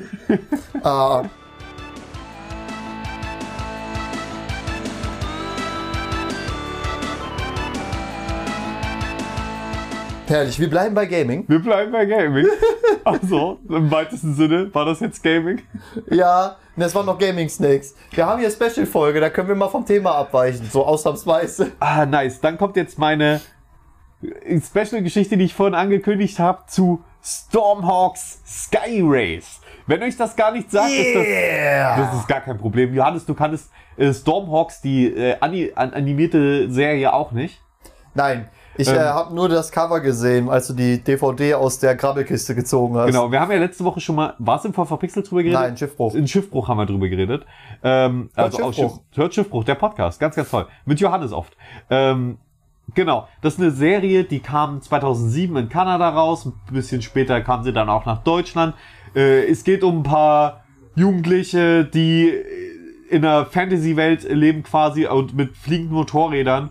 Herrlich, wir bleiben bei Gaming. Wir bleiben bei Gaming. Also, im weitesten Sinne, war das jetzt Gaming? Ja, das waren noch Gaming Snacks. Wir haben hier eine Special-Folge, da können wir mal vom Thema abweichen, so ausnahmsweise. Nice. Dann kommt jetzt meine Special-Geschichte, die ich vorhin angekündigt habe, zu Stormhawks Sky Race. Wenn euch das gar nicht sagt, das ist gar kein Problem. Johannes, du kannst Stormhawks, die animierte Serie, auch nicht? Nein. Ich habe nur das Cover gesehen, als du die DVD aus der Krabbelkiste gezogen hast. Genau, wir haben ja letzte Woche schon mal, war es im Verpixelt drüber geredet? Nein, Schiffbruch. In Schiffbruch haben wir drüber geredet. Hört Schiffbruch, der Podcast, ganz, ganz toll. Mit Johannes oft. Genau, das ist eine Serie, die kam 2007 in Kanada raus, ein bisschen später kam sie dann auch nach Deutschland. Es geht um ein paar Jugendliche, die in einer Fantasy-Welt leben quasi und mit fliegenden Motorrädern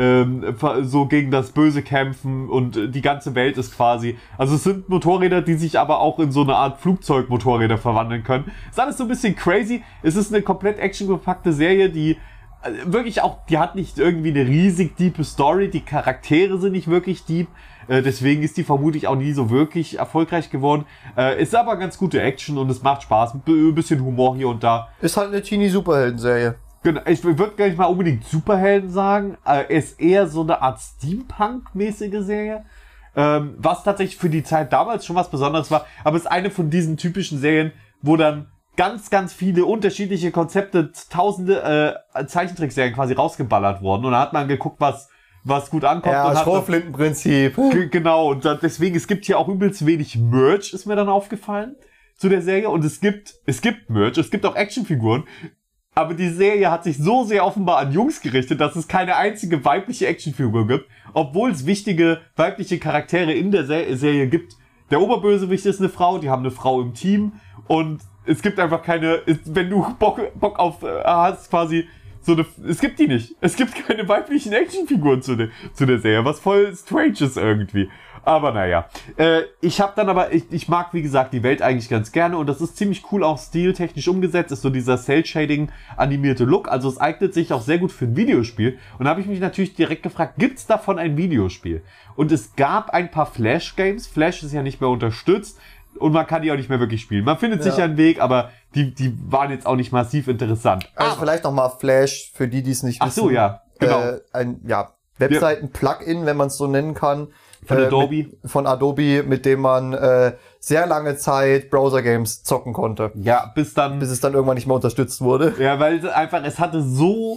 so gegen das Böse kämpfen und die ganze Welt ist quasi, also es sind Motorräder, die sich aber auch in so eine Art Flugzeugmotorräder verwandeln können. Ist alles so ein bisschen crazy. Es ist eine komplett actiongepackte Serie, die wirklich auch, die hat nicht irgendwie eine riesig diepe Story, die Charaktere sind nicht wirklich deep, deswegen ist die vermutlich auch nie so wirklich erfolgreich geworden. Ist aber ganz gute Action und es macht Spaß, ein bisschen Humor hier und da. Ist halt eine Teenie-Superhelden-Serie. Genau, ich würde gar nicht mal unbedingt Superhelden sagen, ist eher so eine Art Steampunk-mäßige Serie, was tatsächlich für die Zeit damals schon was Besonderes war, aber es ist eine von diesen typischen Serien, wo dann ganz, ganz viele unterschiedliche Konzepte, tausende Zeichentrickserien quasi rausgeballert wurden und da hat man geguckt, was gut ankommt. Ja, Schrotflintenprinzip. Genau, und deswegen, es gibt hier auch übelst wenig Merch, ist mir dann aufgefallen, zu der Serie, und es gibt Merch, es gibt auch Actionfiguren. Aber die Serie hat sich so sehr offenbar an Jungs gerichtet, dass es keine einzige weibliche Actionfigur gibt, obwohl es wichtige weibliche Charaktere in der Serie gibt. Der Oberbösewicht ist eine Frau, die haben eine Frau im Team und es gibt einfach keine, wenn du Bock auf hast, quasi so eine, es gibt die nicht. Es gibt keine weiblichen Actionfiguren zu der Serie, was voll strange ist irgendwie. Aber naja, ich mag wie gesagt die Welt eigentlich ganz gerne und das ist ziemlich cool auch stiltechnisch umgesetzt, ist so dieser Cell-Shading animierte Look, also es eignet sich auch sehr gut für ein Videospiel und da habe ich mich natürlich direkt gefragt, gibt's davon ein Videospiel? Und es gab ein paar Flash-Games, Flash ist ja nicht mehr unterstützt und man kann die auch nicht mehr wirklich spielen. Man findet sicher einen Weg, aber die waren jetzt auch nicht massiv interessant. Also vielleicht nochmal Flash, für die es nicht wissen. Ach so, ja, genau. Ein Webseiten-Plugin, wenn man es so nennen kann. Von Adobe. Von Adobe, mit dem man sehr lange Zeit Browser-Games zocken konnte. Ja, bis es dann irgendwann nicht mehr unterstützt wurde. Ja, weil es hatte so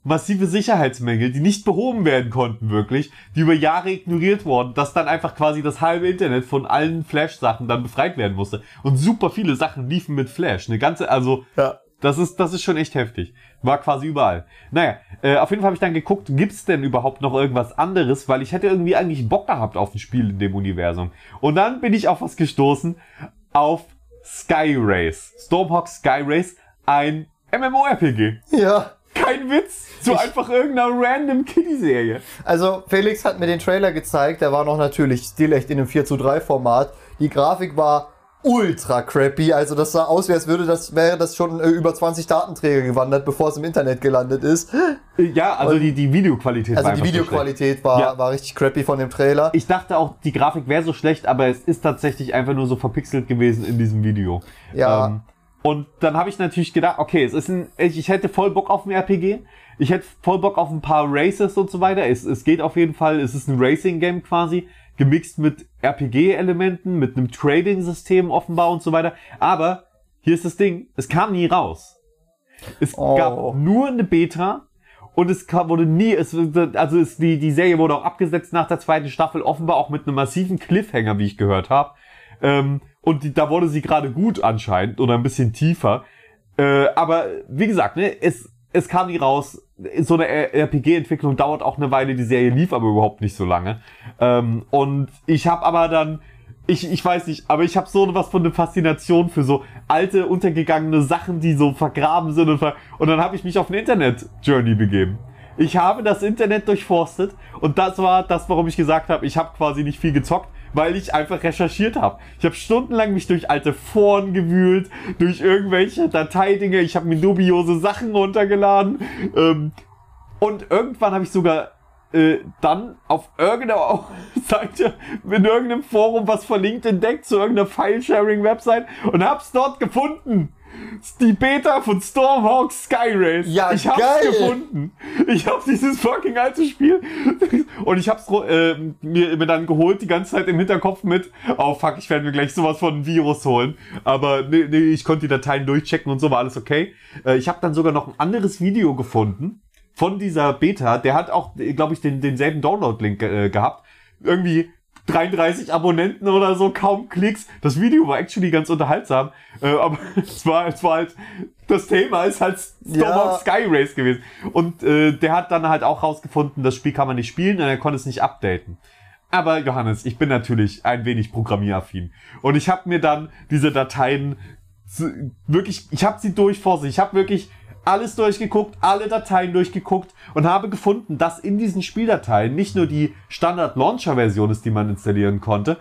massive Sicherheitsmängel, die nicht behoben werden konnten wirklich, die über Jahre ignoriert wurden, dass dann einfach quasi das halbe Internet von allen Flash-Sachen dann befreit werden musste. Und super viele Sachen liefen mit Flash. Ja. Das ist schon echt heftig. War quasi überall. Naja, auf jeden Fall habe ich dann geguckt, gibt's denn überhaupt noch irgendwas anderes? Weil ich hätte irgendwie eigentlich Bock gehabt auf ein Spiel in dem Universum. Und dann bin ich auf was gestoßen, auf Sky Race. Stormhawk Sky Race, ein MMORPG. Ja. Kein Witz. So einfach irgendeiner random Kiddie-Serie. Also, Felix hat mir den Trailer gezeigt, der war noch natürlich stilecht in einem 4:3 Format. Die Grafik war ultra crappy, also das sah aus, als wäre das schon über 20 Datenträger gewandert, bevor es im Internet gelandet ist. Ja, also die Videoqualität Also war die einfach Videoqualität so schlecht. war richtig crappy von dem Trailer. Ich dachte auch, die Grafik wäre so schlecht, aber es ist tatsächlich einfach nur so verpixelt gewesen in diesem Video. Ja. Und dann habe ich natürlich gedacht, okay, ich hätte voll Bock auf ein RPG. Ich hätte voll Bock auf ein paar Races und so weiter. Es geht auf jeden Fall, es ist ein Racing-Game quasi, gemixt mit RPG-Elementen, mit einem Trading-System offenbar und so weiter. Aber hier ist das Ding, es kam nie raus. Es gab nur eine Beta und es wurde nie, die Serie wurde auch abgesetzt nach der zweiten Staffel, offenbar auch mit einem massiven Cliffhanger, wie ich gehört habe. Und da wurde sie gerade gut anscheinend oder ein bisschen tiefer. Aber wie gesagt, ne, es kam nie raus. So eine RPG-Entwicklung dauert auch eine Weile. Die Serie lief aber überhaupt nicht so lange. Und ich habe aber dann, ich weiß nicht, aber ich habe so was von eine Faszination für so alte, untergegangene Sachen, die so vergraben sind. Und dann habe ich mich auf eine Internet-Journey begeben. Ich habe das Internet durchforstet und das war das, warum ich gesagt habe, ich habe quasi nicht viel gezockt, weil ich einfach recherchiert habe. Ich habe stundenlang mich durch alte Foren gewühlt, durch irgendwelche Dateidinge, ich habe mir dubiose Sachen runtergeladen und irgendwann habe ich sogar dann auf irgendeiner Seite in irgendeinem Forum was verlinkt entdeckt zu irgendeiner File-Sharing-Website und hab's dort gefunden. Die Beta von Stormhawk Sky Race. Ja, ich hab's geil. gefunden. Ich hab dieses fucking alte Spiel und ich hab's mir dann geholt, die ganze Zeit im Hinterkopf mit, oh fuck, ich werde mir gleich sowas von einem Virus holen. Aber nee, ich konnte die Dateien durchchecken und so, war alles okay. Ich habe dann sogar noch ein anderes Video gefunden von dieser Beta. Der hat auch, glaube ich, denselben Download-Link gehabt. Irgendwie 33 Abonnenten oder so, kaum Klicks. Das Video war actually ganz unterhaltsam, aber es war halt, das Thema ist halt Stormhawk Sky Race gewesen. Und der hat dann halt auch rausgefunden, das Spiel kann man nicht spielen und er konnte es nicht updaten. Aber Johannes, ich bin natürlich ein wenig programmieraffin. Und ich habe mir dann diese Dateien wirklich, ich habe sie durchforstet. Ich habe wirklich alles durchgeguckt, alle Dateien durchgeguckt und habe gefunden, dass in diesen Spieldateien nicht nur die Standard-Launcher-Version ist, die man installieren konnte,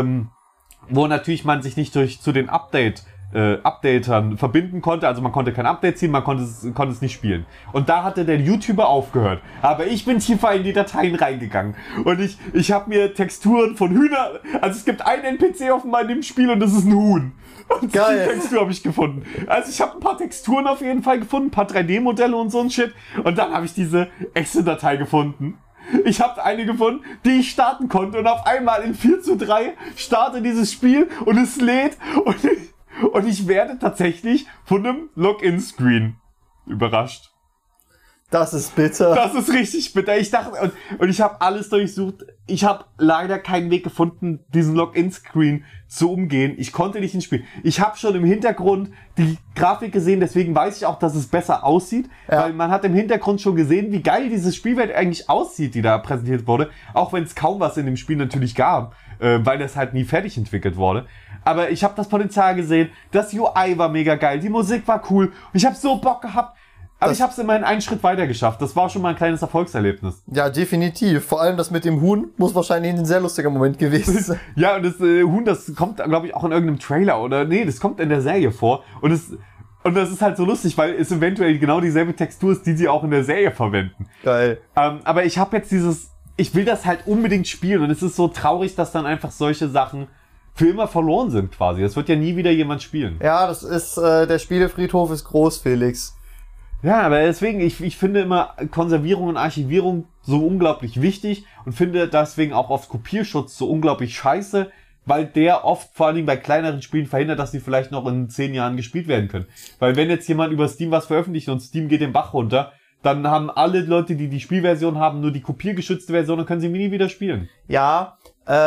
wo natürlich man sich nicht zu den Updatern verbinden konnte, also man konnte kein Update ziehen, man konnte es nicht spielen. Und da hatte der YouTuber aufgehört. Aber ich bin tiefer in die Dateien reingegangen und ich habe mir Texturen von Hühner, also es gibt einen NPC offenbar in dem Spiel und das ist ein Huhn. Und geil. Die Textur habe ich gefunden. Also ich habe ein paar Texturen auf jeden Fall gefunden, ein paar 3D-Modelle und so ein Shit. Und dann habe ich diese Excel-Datei gefunden. Ich habe eine gefunden, die ich starten konnte. Und auf einmal in 4:3 startet dieses Spiel und es lädt. Und ich werde tatsächlich von einem Login-Screen überrascht. Das ist bitter. Das ist richtig bitter. Ich dachte, und ich habe alles durchsucht. Ich habe leider keinen Weg gefunden, diesen Login-Screen zu umgehen. Ich konnte nicht ins Spiel. Ich habe schon im Hintergrund die Grafik gesehen, deswegen weiß ich auch, dass es besser aussieht. Ja. Weil man hat im Hintergrund schon gesehen, wie geil dieses Spielwelt eigentlich aussieht, die da präsentiert wurde. Auch wenn es kaum was in dem Spiel natürlich gab, weil das halt nie fertig entwickelt wurde. Aber ich habe das Potenzial gesehen. Das UI war mega geil. Die Musik war cool. Und ich habe so Bock gehabt. Aber ich habe es immerhin einen Schritt weiter geschafft. Das war schon mal ein kleines Erfolgserlebnis. Ja, definitiv. Vor allem das mit dem Huhn muss wahrscheinlich ein sehr lustiger Moment gewesen sein. Ja, und das Huhn, das kommt, glaube ich, auch in irgendeinem Trailer oder nee, das kommt in der Serie vor. Und das ist halt so lustig, weil es eventuell genau dieselbe Textur ist, die sie auch in der Serie verwenden. Geil. Aber ich habe jetzt ich will das halt unbedingt spielen und es ist so traurig, dass dann einfach solche Sachen für immer verloren sind quasi. Das wird ja nie wieder jemand spielen. Ja, das ist, der Spielefriedhof ist groß, Felix. Ja, aber deswegen, ich finde immer Konservierung und Archivierung so unglaublich wichtig und finde deswegen auch oft Kopierschutz so unglaublich scheiße, weil der oft, vor allen Dingen bei kleineren Spielen, verhindert, dass sie vielleicht noch in 10 Jahren gespielt werden können. Weil wenn jetzt jemand über Steam was veröffentlicht und Steam geht den Bach runter, dann haben alle Leute, die die Spielversion haben, nur die kopiergeschützte Version und können sie nie wieder spielen. Ja,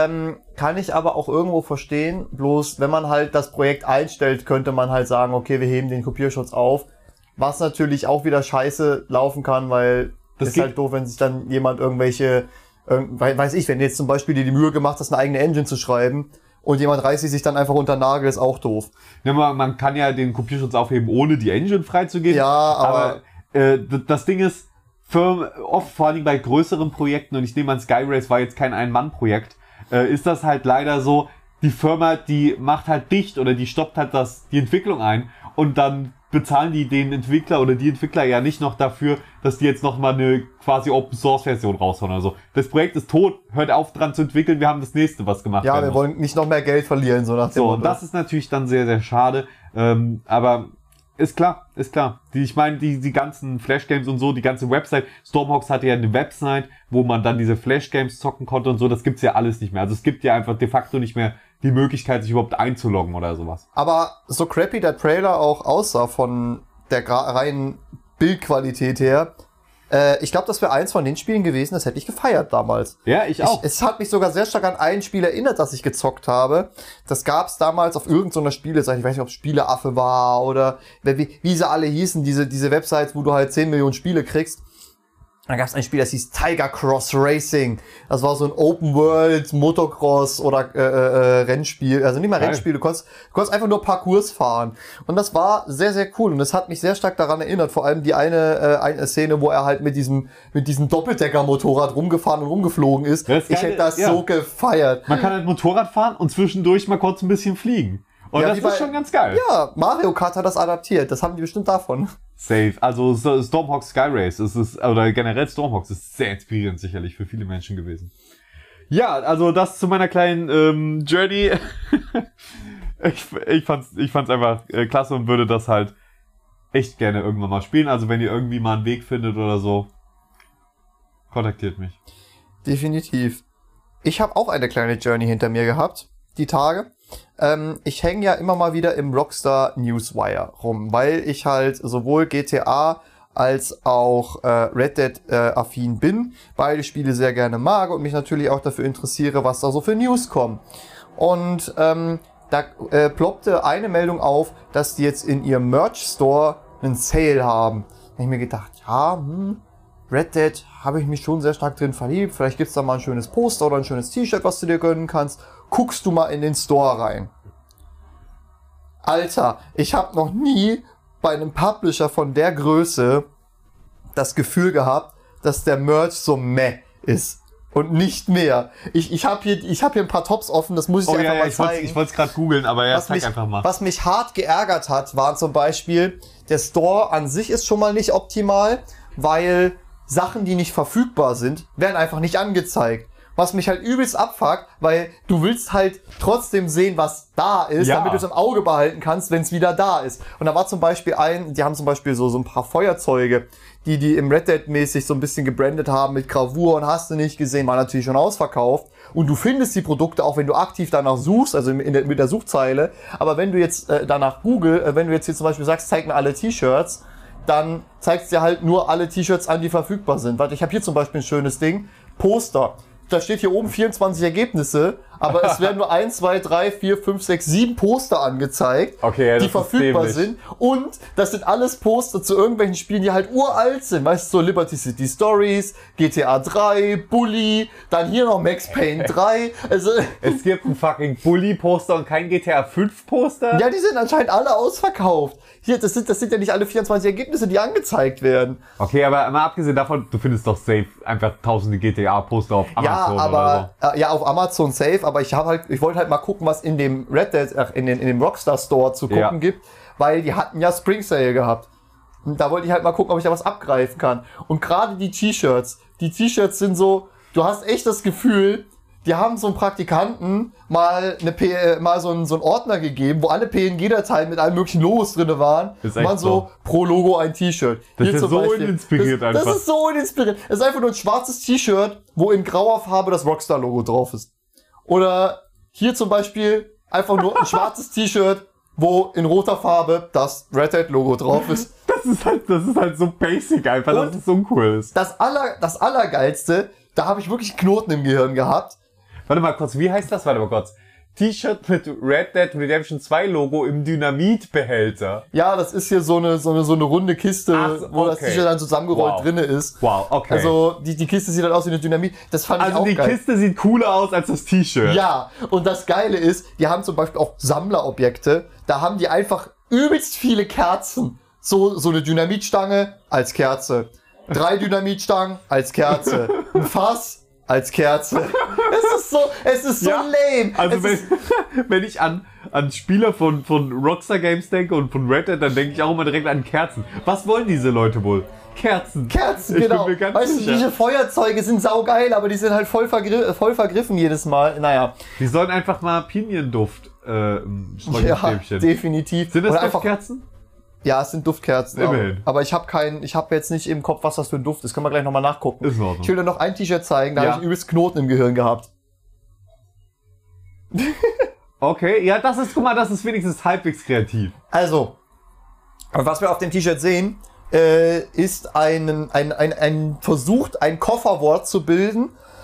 kann ich aber auch irgendwo verstehen. Bloß, wenn man halt das Projekt einstellt, könnte man halt sagen, okay, wir heben den Kopierschutz auf. Was natürlich auch wieder scheiße laufen kann, weil das ist halt doof, wenn sich dann jemand irgendwelche, weiß ich, wenn du jetzt zum Beispiel dir die Mühe gemacht hast, eine eigene Engine zu schreiben, und jemand reißt sich dann einfach unter den Nagel, ist auch doof. Ja, man kann ja den Kopierschutz aufheben, ohne die Engine freizugeben. Ja, aber das Ding ist, oft, vor allem bei größeren Projekten, und ich nehme an, Sky Race war jetzt kein Ein-Mann-Projekt, ist das halt leider so, die Firma, die macht halt dicht oder die stoppt halt die Entwicklung ein und dann bezahlen die den Entwickler oder die Entwickler ja nicht noch dafür, dass die jetzt nochmal eine quasi Open-Source-Version raushauen oder so. Das Projekt ist tot, hört auf dran zu entwickeln, wir haben das nächste, was gemacht ja, werden wir wollen nicht noch mehr Geld verlieren, so nach dem Motto. Und das ist natürlich dann sehr, sehr schade, aber ist klar. Ich meine, die ganzen Flash-Games und so, die ganze Website, Stormhawks hatte ja eine Website, wo man dann diese Flash-Games zocken konnte und so, das gibt's ja alles nicht mehr. Also es gibt ja einfach de facto nicht mehr die Möglichkeit, sich überhaupt einzuloggen oder sowas. Aber so crappy der Trailer auch aussah von der reinen Bildqualität her, ich glaube, das wäre eins von den Spielen gewesen, das hätte ich gefeiert damals. Ja, ich auch. Es hat mich sogar sehr stark an ein Spiel erinnert, das ich gezockt habe. Das gab's damals auf irgendeiner Spieleseite, ich weiß nicht, ob es Spieleaffe war oder wie sie alle hießen, diese Websites, wo du halt 10 Millionen Spiele kriegst. Da gab es ein Spiel, das hieß Tiger Cross Racing. Das war so ein Open-World Motocross oder Rennspiel. Also nicht mal Rennspiel, du konntest einfach nur Parcours fahren. Und das war sehr, sehr cool. Und das hat mich sehr stark daran erinnert. Vor allem die eine Szene, wo er halt mit diesem Doppeldecker-Motorrad rumgefahren und rumgeflogen ist. Ich hätte das so gefeiert. Man kann halt Motorrad fahren und zwischendurch mal kurz ein bisschen fliegen. Und das ist schon ganz geil. Ja, Mario Kart hat das adaptiert. Das haben die bestimmt davon. Safe. Also Stormhawks Sky Race oder generell Stormhawks ist sehr inspirierend sicherlich für viele Menschen gewesen. Ja, also das zu meiner kleinen Journey. ich fand's einfach klasse und würde das halt echt gerne irgendwann mal spielen. Also wenn ihr irgendwie mal einen Weg findet oder so, kontaktiert mich. Definitiv. Ich habe auch eine kleine Journey hinter mir gehabt, die Tage. Ich hänge ja immer mal wieder im Rockstar Newswire rum, weil ich halt sowohl GTA als auch Red Dead affin bin, beide Spiele sehr gerne mag und mich natürlich auch dafür interessiere, was da so für News kommen. Und da ploppte eine Meldung auf, dass die jetzt in ihrem Merch Store einen Sale haben. Da habe ich mir gedacht, ja, Red Dead habe ich mich schon sehr stark drin verliebt. Vielleicht gibt's da mal ein schönes Poster oder ein schönes T-Shirt, was du dir gönnen kannst. Guckst du mal in den Store rein. Alter, ich habe noch nie bei einem Publisher von der Größe das Gefühl gehabt, dass der Merch so meh ist. Und nicht mehr. Ich hab hier ein paar Tops offen, das muss ich dir einfach mal zeigen. Ich wollte es gerade googeln, aber ja, zeig einfach mal. Was mich hart geärgert hat, war zum Beispiel, der Store an sich ist schon mal nicht optimal, weil Sachen, die nicht verfügbar sind, werden einfach nicht angezeigt. Was mich halt übelst abfuckt, weil du willst halt trotzdem sehen, was da ist, damit du es im Auge behalten kannst, wenn es wieder da ist. Und da war zum Beispiel die haben zum Beispiel so ein paar Feuerzeuge, die im Red Dead mäßig so ein bisschen gebrandet haben mit Gravur und hast du nicht gesehen, war natürlich schon ausverkauft. Und du findest die Produkte auch, wenn du aktiv danach suchst, also mit der Suchzeile. Aber wenn du jetzt danach wenn du jetzt hier zum Beispiel sagst, zeig mir alle T-Shirts, dann zeigst dir halt nur alle T-Shirts an, die verfügbar sind. Warte, ich habe hier zum Beispiel ein schönes Ding, Poster. Da steht hier oben 24 Ergebnisse, aber es werden nur 1, 2, 3, 4, 5, 6, 7 Poster angezeigt, die verfügbar sind. Und das sind alles Poster zu irgendwelchen Spielen, die halt uralt sind. Weißt du, so Liberty City Stories, GTA 3, Bully, dann hier noch Max Payne 3. Also es gibt ein fucking Bully-Poster und kein GTA 5 Poster? Ja, die sind anscheinend alle ausverkauft. Hier, das sind ja nicht alle 24 Ergebnisse, die angezeigt werden. Okay, aber mal abgesehen davon, du findest doch safe einfach tausende GTA-Poster auf Amazon oder so. Ja, auf Amazon safe, aber ich wollte halt mal gucken, was in dem Red Dead, in dem Rockstar Store zu gucken gibt, weil die hatten ja Spring Sale gehabt. Und da wollte ich halt mal gucken, ob ich da was abgreifen kann. Und gerade die T-Shirts sind so, du hast echt das Gefühl, die haben so einen Praktikanten mal so einen Ordner gegeben, wo alle PNG-Dateien mit allen möglichen Logos drinne waren. Das ist und man so pro Logo ein T-Shirt. Das ist so uninspiriert einfach. Das ist so uninspiriert. Es ist einfach nur ein schwarzes T-Shirt, wo in grauer Farbe das Rockstar-Logo drauf ist. Oder hier zum Beispiel einfach nur ein schwarzes T-Shirt, wo in roter Farbe das Red Dead-Logo drauf ist. Das das ist halt so basic einfach, dass es uncool ist. Das Allergeilste, da habe ich wirklich einen Knoten im Gehirn gehabt. Warte mal kurz, wie heißt das? Warte mal kurz. T-Shirt mit Red Dead Redemption 2 Logo im Dynamitbehälter. Ja, das ist hier so eine runde Kiste, wo das T-Shirt dann zusammengerollt drinne ist. Wow, okay. Also die Kiste sieht halt aus wie eine Dynamit. Das fand ich auch geil. Also die Kiste sieht cooler aus als das T-Shirt. Ja, und das Geile ist, die haben zum Beispiel auch Sammlerobjekte. Da haben die einfach übelst viele Kerzen. So eine Dynamitstange als Kerze. 3 Dynamitstangen als Kerze. Ein Fass als Kerze. Es ist so lame. Also wenn ich an Spieler von Rockstar Games denke und von Red Dead, dann denke ich auch immer direkt an Kerzen. Was wollen diese Leute wohl? Kerzen, genau. Weißt du, diese Feuerzeuge sind saugeil, aber die sind halt voll vergriffen jedes Mal. Naja. Die sollen einfach mal Pinienduft ja, definitiv. Sind das Duftkerzen? Ja, es sind Duftkerzen. Immerhin. Aber ich habe jetzt nicht im Kopf, was das für ein Duft ist. Können wir gleich nochmal nachgucken. Ist in Ordnung. Ich will dir noch ein T-Shirt zeigen, da habe ich übelst Knoten im Gehirn gehabt. Okay, ja, das ist wenigstens halbwegs kreativ. Also, was wir auf dem T-Shirt sehen, ist ein Versuch, ein Kofferwort zu bilden.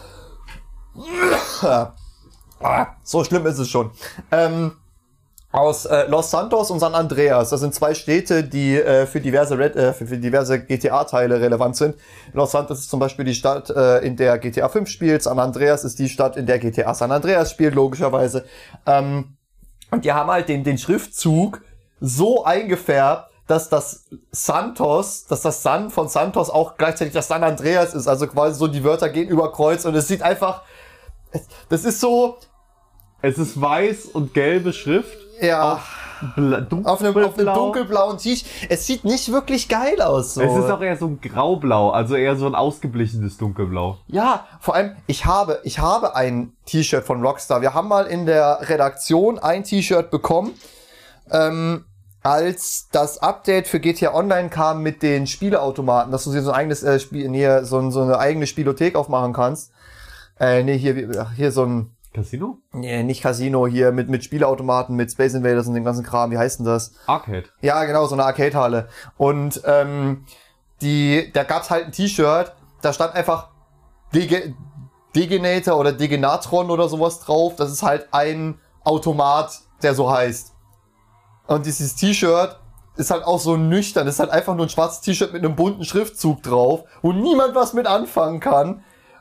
So schlimm ist es schon. Aus Los Santos und San Andreas. Das sind 2 Städte, die für diverse GTA-Teile relevant sind. Los Santos ist zum Beispiel die Stadt, in der GTA 5 spielt. San Andreas ist die Stadt, in der GTA San Andreas spielt, logischerweise. Und die haben halt den Schriftzug so eingefärbt, dass das San von Santos auch gleichzeitig das San Andreas ist. Also quasi so, die Wörter gehen über Kreuz und es sieht einfach, das ist so... Es ist weiß und gelbe Schrift. Ja. Auf einem dunkelblauen T-Shirt. Es sieht nicht wirklich geil aus. So. Es ist auch eher so ein Graublau, also eher so ein ausgeblichenes Dunkelblau. Ja, vor allem, ich habe ein T-Shirt von Rockstar. Wir haben mal in der Redaktion ein T-Shirt bekommen, als das Update für GTA Online kam mit den Spieleautomaten, dass du dir so ein eigenes so eine eigene Spielothek aufmachen kannst. Hier so ein Casino? Nee, nicht Casino, hier mit Spieleautomaten, mit Space Invaders und dem ganzen Kram. Wie heißt denn das? Arcade. Ja, genau, so eine Arcade-Halle. Und da gab's halt ein T-Shirt, da stand einfach Degenator oder Degenatron oder sowas drauf. Das ist halt ein Automat, der so heißt. Und dieses T-Shirt ist halt auch so nüchtern. Das ist halt einfach nur ein schwarzes T-Shirt mit einem bunten Schriftzug drauf, wo niemand was mit anfangen kann.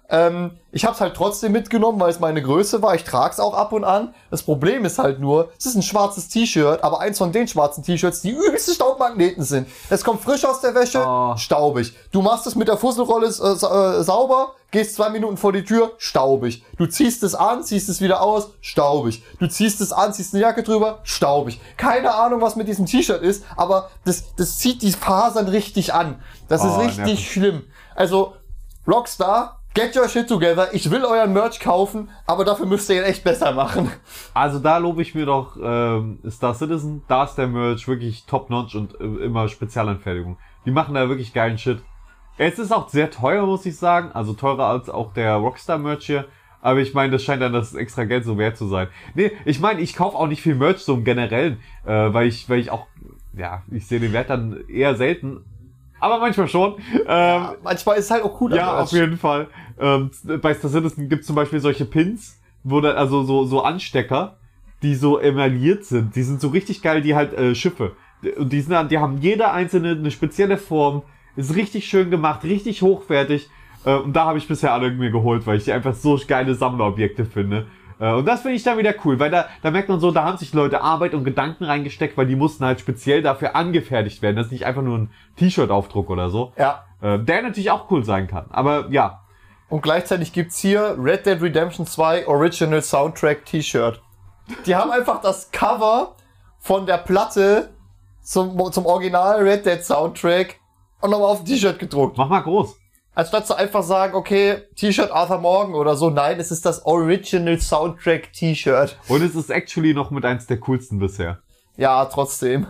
Ich hab's halt trotzdem mitgenommen, weil es meine Größe war. Ich trag's auch ab und an. Das Problem ist halt nur, es ist ein schwarzes T-Shirt, aber eins von den schwarzen T-Shirts, die übelste Staubmagneten sind. Es kommt frisch aus der Wäsche, staubig. Du machst es mit der Fusselrolle sauber, gehst 2 Minuten vor die Tür, staubig. Du ziehst es an, ziehst es wieder aus, staubig. Du ziehst es an, ziehst eine Jacke drüber, staubig. Keine Ahnung, was mit diesem T-Shirt ist, aber das zieht die Fasern richtig an. Das ist richtig schlimm. Also, Rockstar, get your shit together. Ich will euren Merch kaufen, aber dafür müsst ihr ihn echt besser machen. Also da lobe ich mir doch Star Citizen. Da ist der Merch wirklich top-notch und immer Spezialanfertigung. Die machen da wirklich geilen Shit. Es ist auch sehr teuer, muss ich sagen. Also teurer als auch der Rockstar-Merch hier. Aber ich meine, das scheint dann das extra Geld so wert zu sein. Nee, ich meine, ich kaufe auch nicht viel Merch so im Generellen. Weil ich auch, ja, ich sehe den Wert dann eher selten. Aber manchmal schon. Manchmal ist es halt auch cool. Ja, auf jeden Fall. Bei Star Citizen gibt es zum Beispiel solche Pins, wo da, also so Anstecker, die so emailliert sind. Die sind so richtig geil, die halt Schiffe. Und die haben jeder einzelne eine spezielle Form. Ist richtig schön gemacht, richtig hochwertig. Und da habe ich bisher alle mir geholt, weil ich die einfach so geile Sammlerobjekte finde. Und das finde ich dann wieder cool, weil da merkt man so, da haben sich Leute Arbeit und Gedanken reingesteckt, weil die mussten halt speziell dafür angefertigt werden. Das ist nicht einfach nur ein T-Shirt-Aufdruck oder so. Ja. Der natürlich auch cool sein kann. Aber ja. Und gleichzeitig gibt's hier Red Dead Redemption 2 Original Soundtrack T-Shirt. Die haben einfach das Cover von der Platte zum Original Red Dead Soundtrack und nochmal auf ein T-Shirt gedruckt. Mach mal groß. Anstatt zu einfach sagen, okay, T-Shirt Arthur Morgan oder so. Nein, es ist das Original Soundtrack T-Shirt. Und es ist actually noch mit eins der coolsten bisher. Ja, trotzdem.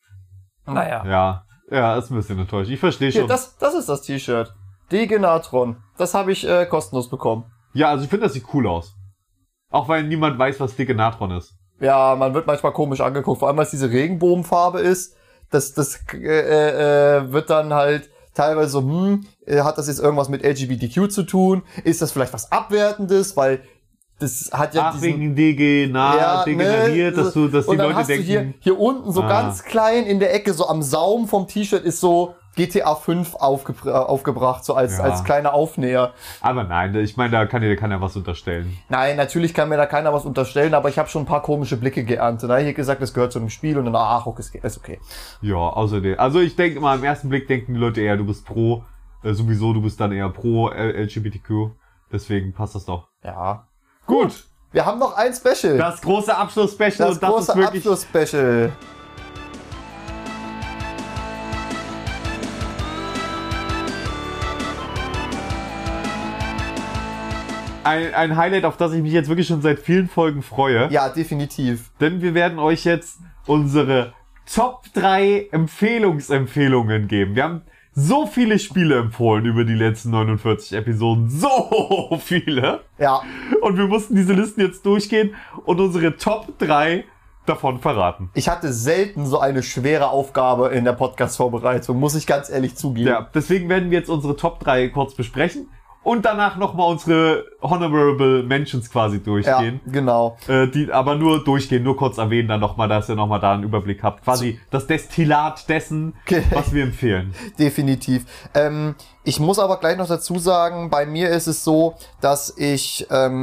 Naja. Ja, ist ein bisschen enttäuscht. Ich verstehe schon. Hier, das ist das T-Shirt. Degenatron. Das habe ich kostenlos bekommen. Ja, also ich finde, das sieht cool aus. Auch weil niemand weiß, was Degenatron ist. Ja, man wird manchmal komisch angeguckt. Vor allem, weil es diese Regenbogenfarbe ist. das wird dann halt teilweise so, hat das jetzt irgendwas mit LGBTQ zu tun? Ist das vielleicht was Abwertendes? Weil das hat ja wegen degeneriert, ne, dass die Leute hast denken... Du hier unten so ganz klein in der Ecke, so am Saum vom T-Shirt ist so GTA 5 aufgebracht, so als kleiner Aufnäher. Aber nein, ich meine, da kann ja was unterstellen. Nein, natürlich kann mir da keiner was unterstellen, aber ich habe schon ein paar komische Blicke geerntet. Da habe ich gesagt, das gehört zu einem Spiel und dann, okay, ist okay. Ja, außerdem. Also ich denke mal, im ersten Blick denken die Leute eher, du bist du bist dann eher pro LGBTQ. Deswegen passt das doch. Ja. Gut. Wir haben noch ein Special. Das große Abschluss-Special. Das große Abschluss-Special. Ein Highlight, auf das ich mich jetzt wirklich schon seit vielen Folgen freue. Ja, definitiv. Denn wir werden euch jetzt unsere Top 3 Empfehlungen geben. Wir haben so viele Spiele empfohlen über die letzten 49 Episoden. So viele. Ja. Und wir mussten diese Listen jetzt durchgehen und unsere Top 3 davon verraten. Ich hatte selten so eine schwere Aufgabe in der Podcast-Vorbereitung, muss ich ganz ehrlich zugeben. Ja, deswegen werden wir jetzt unsere Top 3 kurz besprechen. Und danach nochmal unsere Honorable Mentions quasi durchgehen. Ja, genau. Die aber nur durchgehen, nur kurz erwähnen, dann nochmal, dass ihr nochmal da einen Überblick habt. Quasi das Destillat dessen, was wir empfehlen. Definitiv. Ich muss aber gleich noch dazu sagen, bei mir ist es so, dass ich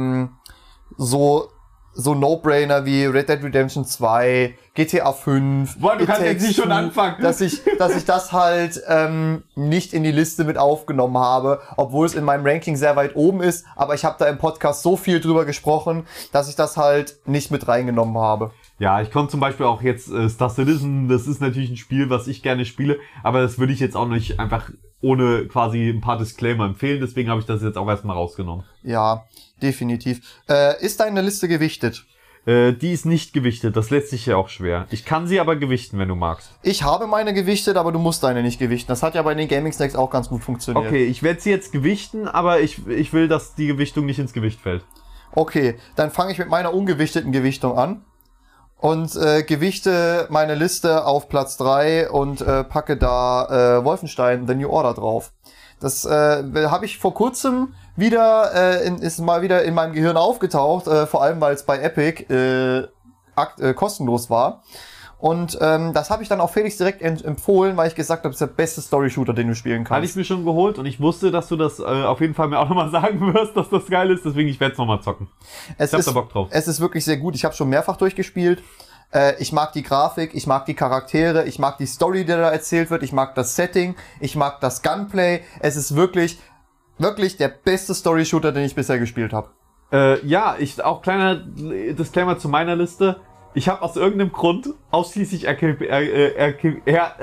so No-Brainer wie Red Dead Redemption 2, GTA 5. Boah, du kannst jetzt nicht schon anfangen. Dass ich das halt nicht in die Liste mit aufgenommen habe, obwohl es in meinem Ranking sehr weit oben ist. Aber ich habe da im Podcast so viel drüber gesprochen, dass ich das halt nicht mit reingenommen habe. Ja, ich konnte zum Beispiel auch jetzt Star Citizen, das ist natürlich ein Spiel, was ich gerne spiele, aber das würde ich jetzt auch nicht einfach ohne quasi ein paar Disclaimer empfehlen, deswegen habe ich das jetzt auch erstmal rausgenommen. Ja, definitiv. Ist deine Liste gewichtet? Die ist nicht gewichtet, das lässt sich ja auch schwer. Ich kann sie aber gewichten, wenn du magst. Ich habe meine gewichtet, aber du musst deine nicht gewichten. Das hat ja bei den Gaming Snacks auch ganz gut funktioniert. Okay, ich werde sie jetzt gewichten, aber ich will, dass die Gewichtung nicht ins Gewicht fällt. Okay, dann fange ich mit meiner ungewichteten Gewichtung an. Und gewichte meine Liste auf Platz 3 und packe da Wolfenstein The New Order drauf. Das habe ich vor kurzem ist mal wieder in meinem Gehirn aufgetaucht, vor allem weil es bei Epic kostenlos war. Und das habe ich dann auch Felix direkt empfohlen, weil ich gesagt habe, das ist der beste Story-Shooter, den du spielen kannst. Hatte ich mir schon geholt und ich wusste, dass du das auf jeden Fall mir auch nochmal sagen wirst, dass das geil ist, deswegen ich werde es nochmal zocken. Ich hab da Bock drauf. Es ist wirklich sehr gut, ich habe schon mehrfach durchgespielt. Ich mag die Grafik, ich mag die Charaktere, ich mag die Story, die da erzählt wird, ich mag das Setting, ich mag das Gunplay. Es ist wirklich der beste Story-Shooter, den ich bisher gespielt habe. Ja, auch kleiner Disclaimer zu meiner Liste. Ich habe aus irgendeinem Grund ausschließlich RGBs.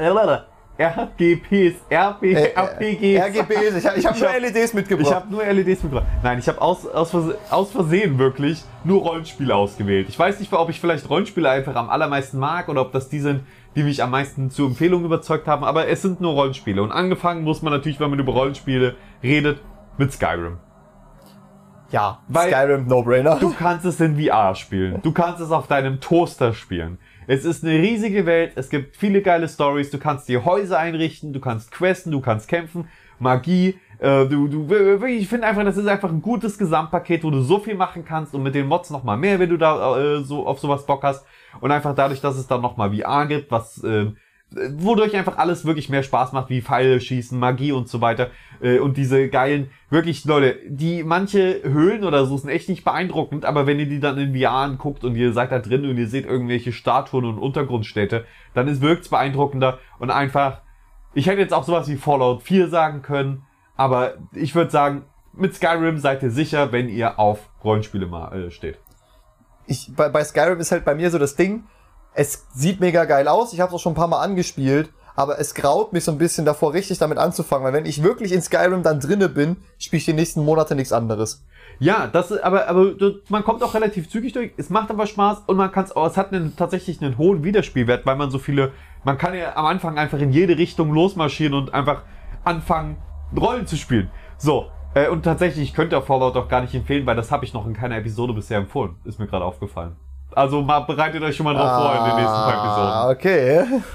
Ich habe nur LEDs mitgebracht. Ich habe nur LEDs mitgebracht. Nein, ich habe aus Versehen wirklich nur Rollenspiele ausgewählt. Ich weiß nicht, ob ich vielleicht Rollenspiele einfach am allermeisten mag oder ob das die sind, die mich am meisten zu Empfehlungen überzeugt haben. Aber es sind nur Rollenspiele. Und angefangen muss man natürlich, wenn man über Rollenspiele redet, mit Skyrim. Ja, weil Skyrim, No-Brainer. Du kannst es in VR spielen. Du kannst es auf deinem Toaster spielen. Es ist eine riesige Welt, es gibt viele geile Stories, du kannst dir Häuser einrichten, du kannst questen, du kannst kämpfen, Magie. Ich finde einfach, das ist einfach ein gutes Gesamtpaket, wo du so viel machen kannst und mit den Mods nochmal mehr, wenn du da so auf sowas Bock hast. Und einfach dadurch, dass es dann nochmal VR gibt, wodurch einfach alles wirklich mehr Spaß macht, wie Pfeile schießen, Magie und so weiter. Und diese geilen, wirklich, Leute, manche Höhlen oder so sind echt nicht beeindruckend, aber wenn ihr die dann in VR anguckt und ihr seid da drin und ihr seht irgendwelche Statuen und Untergrundstädte, dann wirkt's beeindruckender und einfach, ich hätte jetzt auch sowas wie Fallout 4 sagen können, aber ich würde sagen, mit Skyrim seid ihr sicher, wenn ihr auf Rollenspiele mal steht. Bei Skyrim ist halt bei mir so das Ding, es sieht mega geil aus, ich habe es auch schon ein paar Mal angespielt, aber es graut mich so ein bisschen davor, richtig damit anzufangen, weil wenn ich wirklich in Skyrim dann drinne bin, spiele ich die nächsten Monate nichts anderes. Ja, aber man kommt auch relativ zügig durch, es macht aber Spaß und es hat tatsächlich einen hohen Wiederspielwert, weil man kann ja am Anfang einfach in jede Richtung losmarschieren und einfach anfangen, Rollen zu spielen. So, und tatsächlich, ich könnte Fallout auch gar nicht empfehlen, weil das habe ich noch in keiner Episode bisher empfohlen, ist mir gerade aufgefallen. Also bereitet euch schon mal drauf vor in den nächsten paar Episoden. Okay.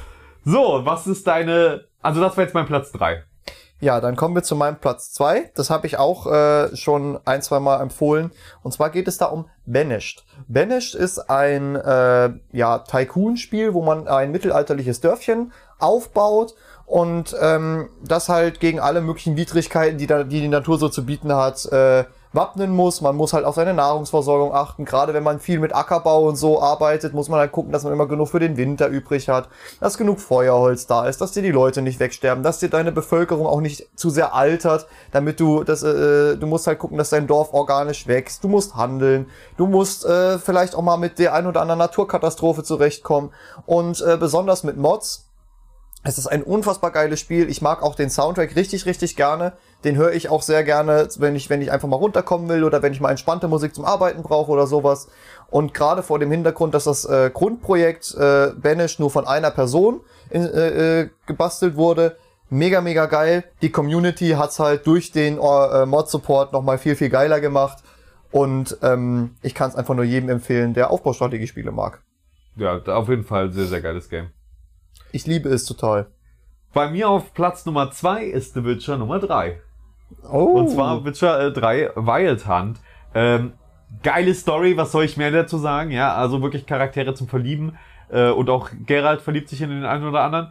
So, was ist deine... Also das war jetzt mein Platz 3. Ja, dann kommen wir zu meinem Platz 2. Das habe ich auch schon 1-2 Mal empfohlen. Und zwar geht es da um Banished. Banished ist ein Tycoon-Spiel, wo man ein mittelalterliches Dörfchen aufbaut und das halt gegen alle möglichen Widrigkeiten, die Natur so zu bieten hat, wappnen muss. Man muss halt auf seine Nahrungsversorgung achten. Gerade wenn man viel mit Ackerbau und so arbeitet, muss man halt gucken, dass man immer genug für den Winter übrig hat, dass genug Feuerholz da ist, dass dir die Leute nicht wegsterben, dass dir deine Bevölkerung auch nicht zu sehr altert, damit du musst halt gucken, dass dein Dorf organisch wächst. Du musst handeln. Du musst vielleicht auch mal mit der ein oder anderen Naturkatastrophe zurechtkommen. Und besonders mit Mods. Es ist ein unfassbar geiles Spiel. Ich mag auch den Soundtrack richtig, richtig gerne. Den höre ich auch sehr gerne, wenn ich einfach mal runterkommen will oder wenn ich mal entspannte Musik zum Arbeiten brauche oder sowas. Und gerade vor dem Hintergrund, dass das Grundprojekt Banished nur von einer Person gebastelt wurde, mega, mega geil. Die Community hat's halt durch den Mod-Support nochmal viel, viel geiler gemacht. Und ich kann es einfach nur jedem empfehlen, der Aufbaustrategiespiele mag. Ja, auf jeden Fall sehr, sehr geiles Game. Ich liebe es total. Bei mir auf Platz Nummer 2 ist The Witcher Nummer 3. Oh. Und zwar Witcher 3 Wild Hunt. Geile Story, was soll ich mehr dazu sagen? Ja, also wirklich Charaktere zum Verlieben. Und auch Geralt verliebt sich in den einen oder anderen.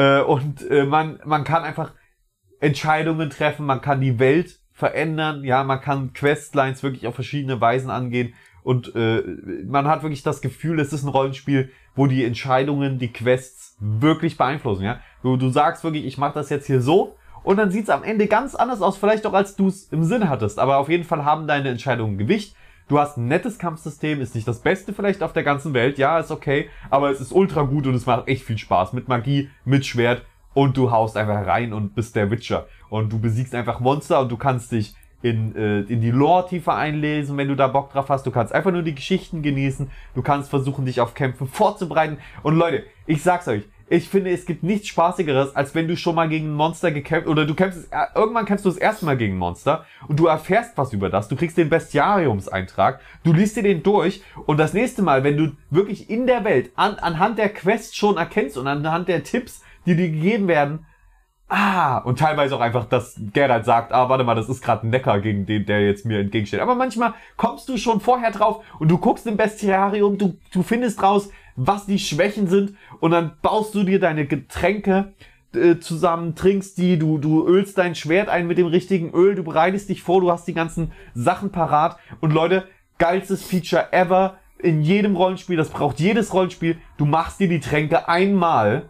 Man kann einfach Entscheidungen treffen, man kann die Welt verändern. Ja, man kann Questlines wirklich auf verschiedene Weisen angehen. Und man hat wirklich das Gefühl, es ist ein Rollenspiel, wo die Entscheidungen, die Quests wirklich beeinflussen. Ja, du sagst wirklich, ich mache das jetzt hier so und dann sieht's am Ende ganz anders aus, vielleicht auch als du es im Sinn hattest. Aber auf jeden Fall haben deine Entscheidungen Gewicht. Du hast ein nettes Kampfsystem, ist nicht das Beste vielleicht auf der ganzen Welt. Ja, ist okay, aber es ist ultra gut und es macht echt viel Spaß mit Magie, mit Schwert und du haust einfach rein und bist der Witcher. Und du besiegst einfach Monster und du kannst dich in die Lore tiefer einlesen, wenn du da Bock drauf hast. Du kannst einfach nur die Geschichten genießen. Du kannst versuchen, dich auf Kämpfe vorzubereiten. Und Leute, ich sag's euch, ich finde, es gibt nichts Spaßigeres, als wenn du schon mal gegen ein Monster gekämpft, oder irgendwann kämpfst du das erste Mal gegen ein Monster und du erfährst was über das. Du kriegst den Bestiariumseintrag, du liest dir den durch und das nächste Mal, wenn du wirklich in der Welt anhand der Quest schon erkennst und anhand der Tipps, die dir gegeben werden, und teilweise auch einfach, dass Geralt sagt, warte mal, das ist gerade ein Neckar, gegen den, der jetzt mir entgegensteht. Aber manchmal kommst du schon vorher drauf und du guckst im Bestiarium, du findest raus, was die Schwächen sind und dann baust du dir deine Getränke zusammen, trinkst die, du ölst dein Schwert ein mit dem richtigen Öl, du bereitest dich vor, du hast die ganzen Sachen parat und Leute, geilstes Feature ever in jedem Rollenspiel, das braucht jedes Rollenspiel, du machst dir die Tränke einmal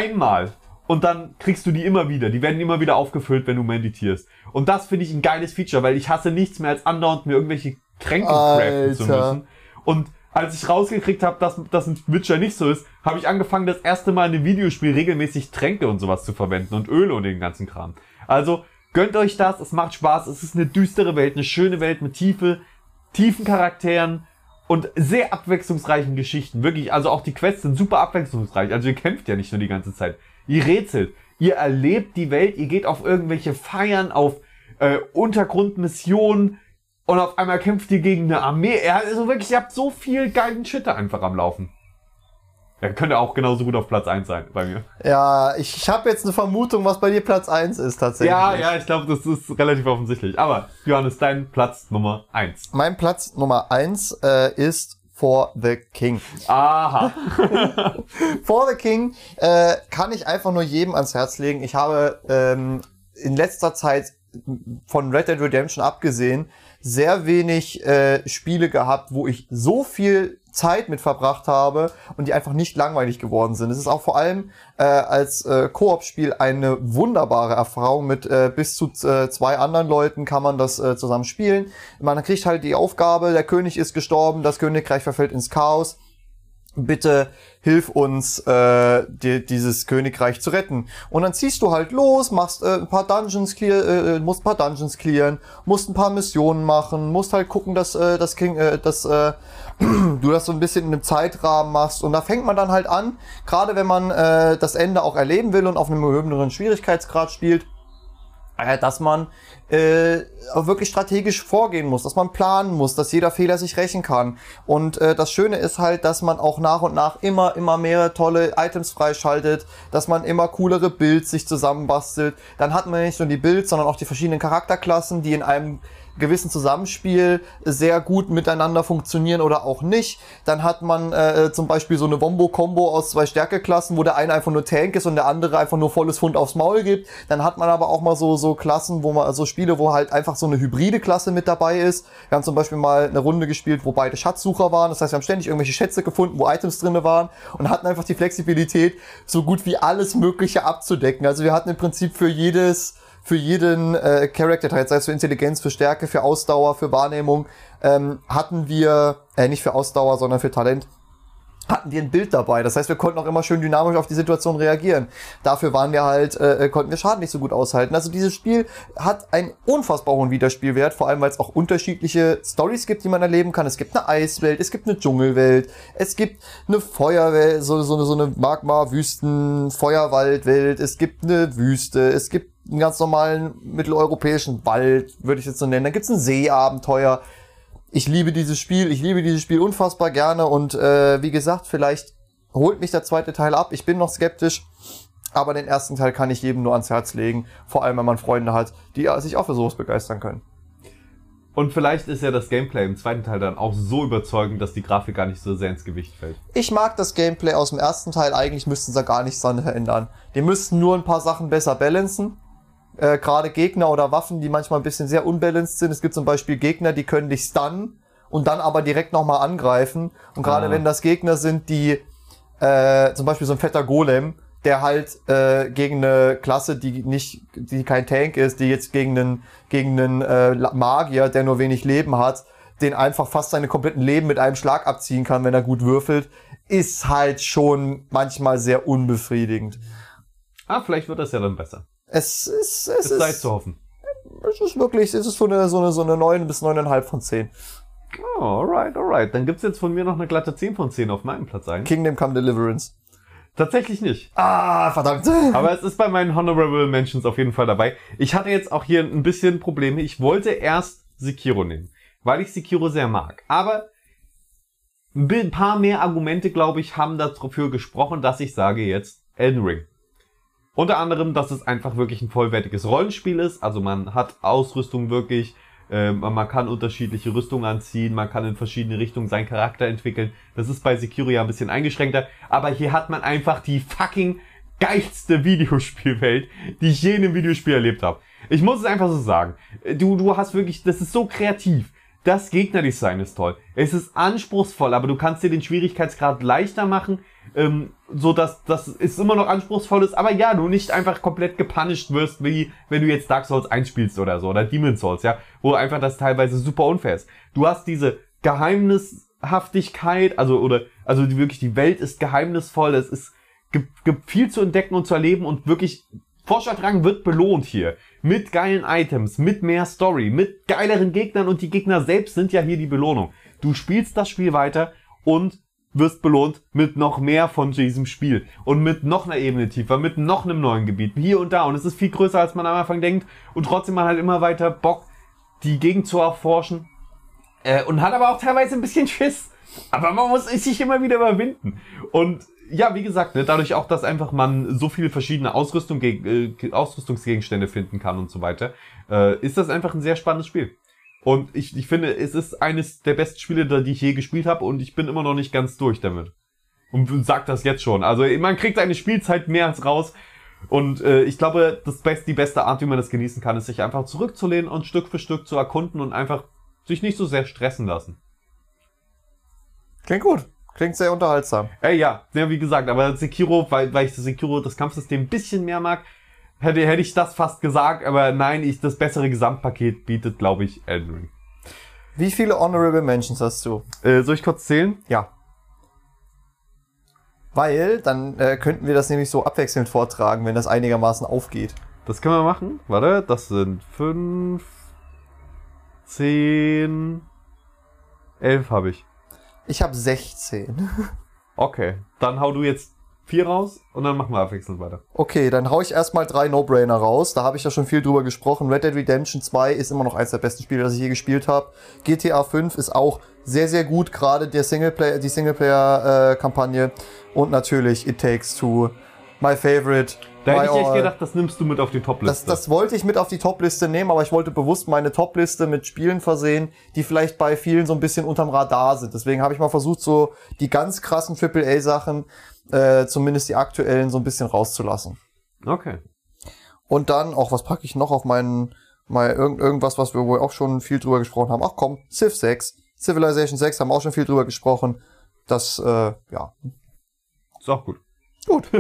und dann kriegst du die immer wieder. Die werden immer wieder aufgefüllt, wenn du meditierst. Und das finde ich ein geiles Feature, weil ich hasse nichts mehr als andauernd mir irgendwelche Tränke craften zu müssen. Und als ich rausgekriegt habe, dass das ein Witcher nicht so ist, habe ich angefangen, das erste Mal in einem Videospiel regelmäßig Tränke und sowas zu verwenden und Öle und den ganzen Kram. Also gönnt euch das, es macht Spaß, es ist eine düstere Welt, eine schöne Welt mit tiefen Charakteren und sehr abwechslungsreichen Geschichten. Wirklich, also auch die Quests sind super abwechslungsreich. Also ihr kämpft ja nicht nur die ganze Zeit. Ihr rätselt, ihr erlebt die Welt, ihr geht auf irgendwelche Feiern, auf Untergrundmissionen und auf einmal kämpft ihr gegen eine Armee. Also wirklich, ihr habt so viel geilen Shit da einfach am Laufen. Ja, könnte auch genauso gut auf Platz 1 sein bei mir. Ja, ich habe jetzt eine Vermutung, was bei dir Platz 1 ist tatsächlich. Ja, ich glaube, das ist relativ offensichtlich. Aber Johannes, dein Platz Nummer 1. Mein Platz Nummer 1 ist For the King. Aha. For the King kann ich einfach nur jedem ans Herz legen. Ich habe in letzter Zeit von Red Dead Redemption abgesehen sehr wenig Spiele gehabt, wo ich so viel Zeit mit verbracht habe und die einfach nicht langweilig geworden sind. Es ist auch vor allem als Koop-Spiel eine wunderbare Erfahrung. Mit bis zu 2 anderen Leuten kann man das zusammen spielen. Man kriegt halt die Aufgabe, der König ist gestorben, das Königreich verfällt ins Chaos. Bitte hilf uns, dieses Königreich zu retten. Und dann ziehst du halt los, machst ein paar Dungeons musst ein paar Dungeons clearen, musst ein paar Missionen machen, musst halt gucken, dass du das so ein bisschen in einem Zeitrahmen machst. Und da fängt man dann halt an, gerade wenn man das Ende auch erleben will und auf einem höheren Schwierigkeitsgrad spielt, dass man auch wirklich strategisch vorgehen muss, dass man planen muss, dass jeder Fehler sich rächen kann. Und das Schöne ist halt, dass man auch nach und nach immer mehr tolle Items freischaltet, dass man immer coolere Builds sich zusammenbastelt. Dann hat man nicht nur die Builds, sondern auch die verschiedenen Charakterklassen, die in einem gewissen Zusammenspiel sehr gut miteinander funktionieren oder auch nicht. Dann hat man zum Beispiel so eine Wombo-Kombo aus 2 Stärkeklassen, wo der eine einfach nur Tank ist und der andere einfach nur volles Pfund aufs Maul gibt. Dann hat man aber auch mal so Klassen, wo man so Spiele, wo halt einfach so eine hybride Klasse mit dabei ist. Wir haben zum Beispiel mal eine Runde gespielt, wo beide Schatzsucher waren. Das heißt, wir haben ständig irgendwelche Schätze gefunden, wo Items drinne waren und hatten einfach die Flexibilität, so gut wie alles Mögliche abzudecken. Also wir hatten im Prinzip für jeden Charakter-Teil, sei es für Intelligenz, für Stärke, für Ausdauer, für Wahrnehmung, hatten wir, nicht für Ausdauer, sondern für Talent, hatten wir ein Bild dabei. Das heißt, wir konnten auch immer schön dynamisch auf die Situation reagieren. Dafür waren wir halt, konnten wir Schaden nicht so gut aushalten. Also dieses Spiel hat einen unfassbar hohen Wiederspielwert, vor allem weil es auch unterschiedliche Stories gibt, die man erleben kann. Es gibt eine Eiswelt, es gibt eine Dschungelwelt, es gibt eine Feuerwelt, so eine Magma-Wüsten-Feuerwaldwelt, es gibt eine Wüste, es gibt einen ganz normalen mitteleuropäischen Wald, würde ich jetzt so nennen. Dann gibt's ein Seeabenteuer. Ich liebe dieses Spiel unfassbar gerne und wie gesagt, vielleicht holt mich der zweite Teil ab. Ich bin noch skeptisch, aber den ersten Teil kann ich jedem nur ans Herz legen, vor allem wenn man Freunde hat, die sich auch für sowas begeistern können. Und vielleicht ist ja das Gameplay im zweiten Teil dann auch so überzeugend, dass die Grafik gar nicht so sehr ins Gewicht fällt. Ich mag das Gameplay aus dem ersten Teil, eigentlich müssten sie gar nichts daran ändern. Die müssten nur ein paar Sachen besser balancen. Gerade Gegner oder Waffen, die manchmal ein bisschen sehr unbalanced sind. Es gibt zum Beispiel Gegner, die können dich stunnen und dann aber direkt nochmal angreifen. Und gerade wenn das Gegner sind, die zum Beispiel so ein fetter Golem, der halt gegen eine Klasse, die kein Tank ist, die jetzt gegen einen Magier, der nur wenig Leben hat, den einfach fast seine kompletten Leben mit einem Schlag abziehen kann, wenn er gut würfelt, ist halt schon manchmal sehr unbefriedigend. Vielleicht wird das ja dann besser. Es sei zu hoffen. Es ist wirklich, es ist so eine 9 bis 9,5 von 10. Oh, alright. Dann gibt's jetzt von mir noch eine glatte 10 von 10 auf meinem Platz 1. Kingdom Come Deliverance. Tatsächlich nicht. Verdammt. Aber es ist bei meinen Honorable Mentions auf jeden Fall dabei. Ich hatte jetzt auch hier ein bisschen Probleme. Ich wollte erst Sekiro nehmen, weil ich Sekiro sehr mag. Aber ein paar mehr Argumente, glaube ich, haben dafür gesprochen, dass ich sage jetzt Elden Ring. Unter anderem, dass es einfach wirklich ein vollwertiges Rollenspiel ist. Also man hat Ausrüstung wirklich, man kann unterschiedliche Rüstungen anziehen, man kann in verschiedene Richtungen seinen Charakter entwickeln. Das ist bei Sekiro ja ein bisschen eingeschränkter. Aber hier hat man einfach die fucking geilste Videospielwelt, die ich je in einem Videospiel erlebt habe. Ich muss es einfach so sagen. Du hast wirklich, das ist so kreativ. Das Gegnerdesign ist toll. Es ist anspruchsvoll, aber du kannst dir den Schwierigkeitsgrad leichter machen, so dass es immer noch anspruchsvoll ist, aber ja, du nicht einfach komplett gepunished wirst, wie wenn du jetzt Dark Souls 1 spielst oder so, oder Demon's Souls, ja, wo einfach das teilweise super unfair ist. Du hast diese Geheimnishaftigkeit, also wirklich die Welt ist geheimnisvoll, es gibt viel zu entdecken und zu erleben und wirklich Forscherdrang wird belohnt hier. Mit geilen Items, mit mehr Story, mit geileren Gegnern und die Gegner selbst sind ja hier die Belohnung. Du spielst das Spiel weiter und wirst belohnt mit noch mehr von diesem Spiel. Und mit noch einer Ebene tiefer, mit noch einem neuen Gebiet, hier und da. Und es ist viel größer, als man am Anfang denkt. Und trotzdem hat man halt immer weiter Bock, die Gegend zu erforschen. Und hat aber auch teilweise ein bisschen Schiss. Aber man muss sich immer wieder überwinden. Und ja, wie gesagt, ne, dadurch auch, dass einfach man so viele verschiedene Ausrüstungsgegenstände finden kann und so weiter, ist das einfach ein sehr spannendes Spiel. Und ich finde, es ist eines der besten Spiele, die ich je gespielt habe und ich bin immer noch nicht ganz durch damit. Und sag das jetzt schon. Also man kriegt eine Spielzeit mehr als raus. Und ich glaube, die beste Art, wie man das genießen kann, ist, sich einfach zurückzulehnen und Stück für Stück zu erkunden und einfach sich nicht so sehr stressen lassen. Klingt gut. Klingt sehr unterhaltsam. Ja, wie gesagt, aber Sekiro, weil ich Sekiro, das Kampfsystem ein bisschen mehr mag, hätte ich das fast gesagt, aber nein, das bessere Gesamtpaket bietet, glaube ich, Elden Ring. Wie viele Honorable Mentions hast du? Soll ich kurz zählen? Ja. Weil, dann könnten wir das nämlich so abwechselnd vortragen, wenn das einigermaßen aufgeht. Das können wir machen. Warte, das sind 5, 10, 11 habe ich. Ich habe 16. Okay, dann hau du jetzt 4 raus und dann machen wir abwechselnd weiter. Okay, dann hau ich erstmal 3 No-Brainer raus. Da habe ich ja schon viel drüber gesprochen. Red Dead Redemption 2 ist immer noch eins der besten Spiele, das ich je gespielt habe. GTA 5 ist auch sehr, sehr gut, gerade die Singleplayer-Kampagne. Und natürlich It Takes Two, my favorite. Da hätte ich echt gedacht, das nimmst du mit auf die Top-Liste. Das wollte ich mit auf die Top-Liste nehmen, aber ich wollte bewusst meine Top-Liste mit Spielen versehen, die vielleicht bei vielen so ein bisschen unterm Radar sind. Deswegen habe ich mal versucht, so die ganz krassen AAA-Sachen, zumindest die aktuellen, so ein bisschen rauszulassen. Okay. Und dann, auch was packe ich noch auf irgendwas, was wir wohl auch schon viel drüber gesprochen haben. Ach komm, Civ 6, Civilization 6 haben wir auch schon viel drüber gesprochen. Das, ja. Ist auch gut. Gut.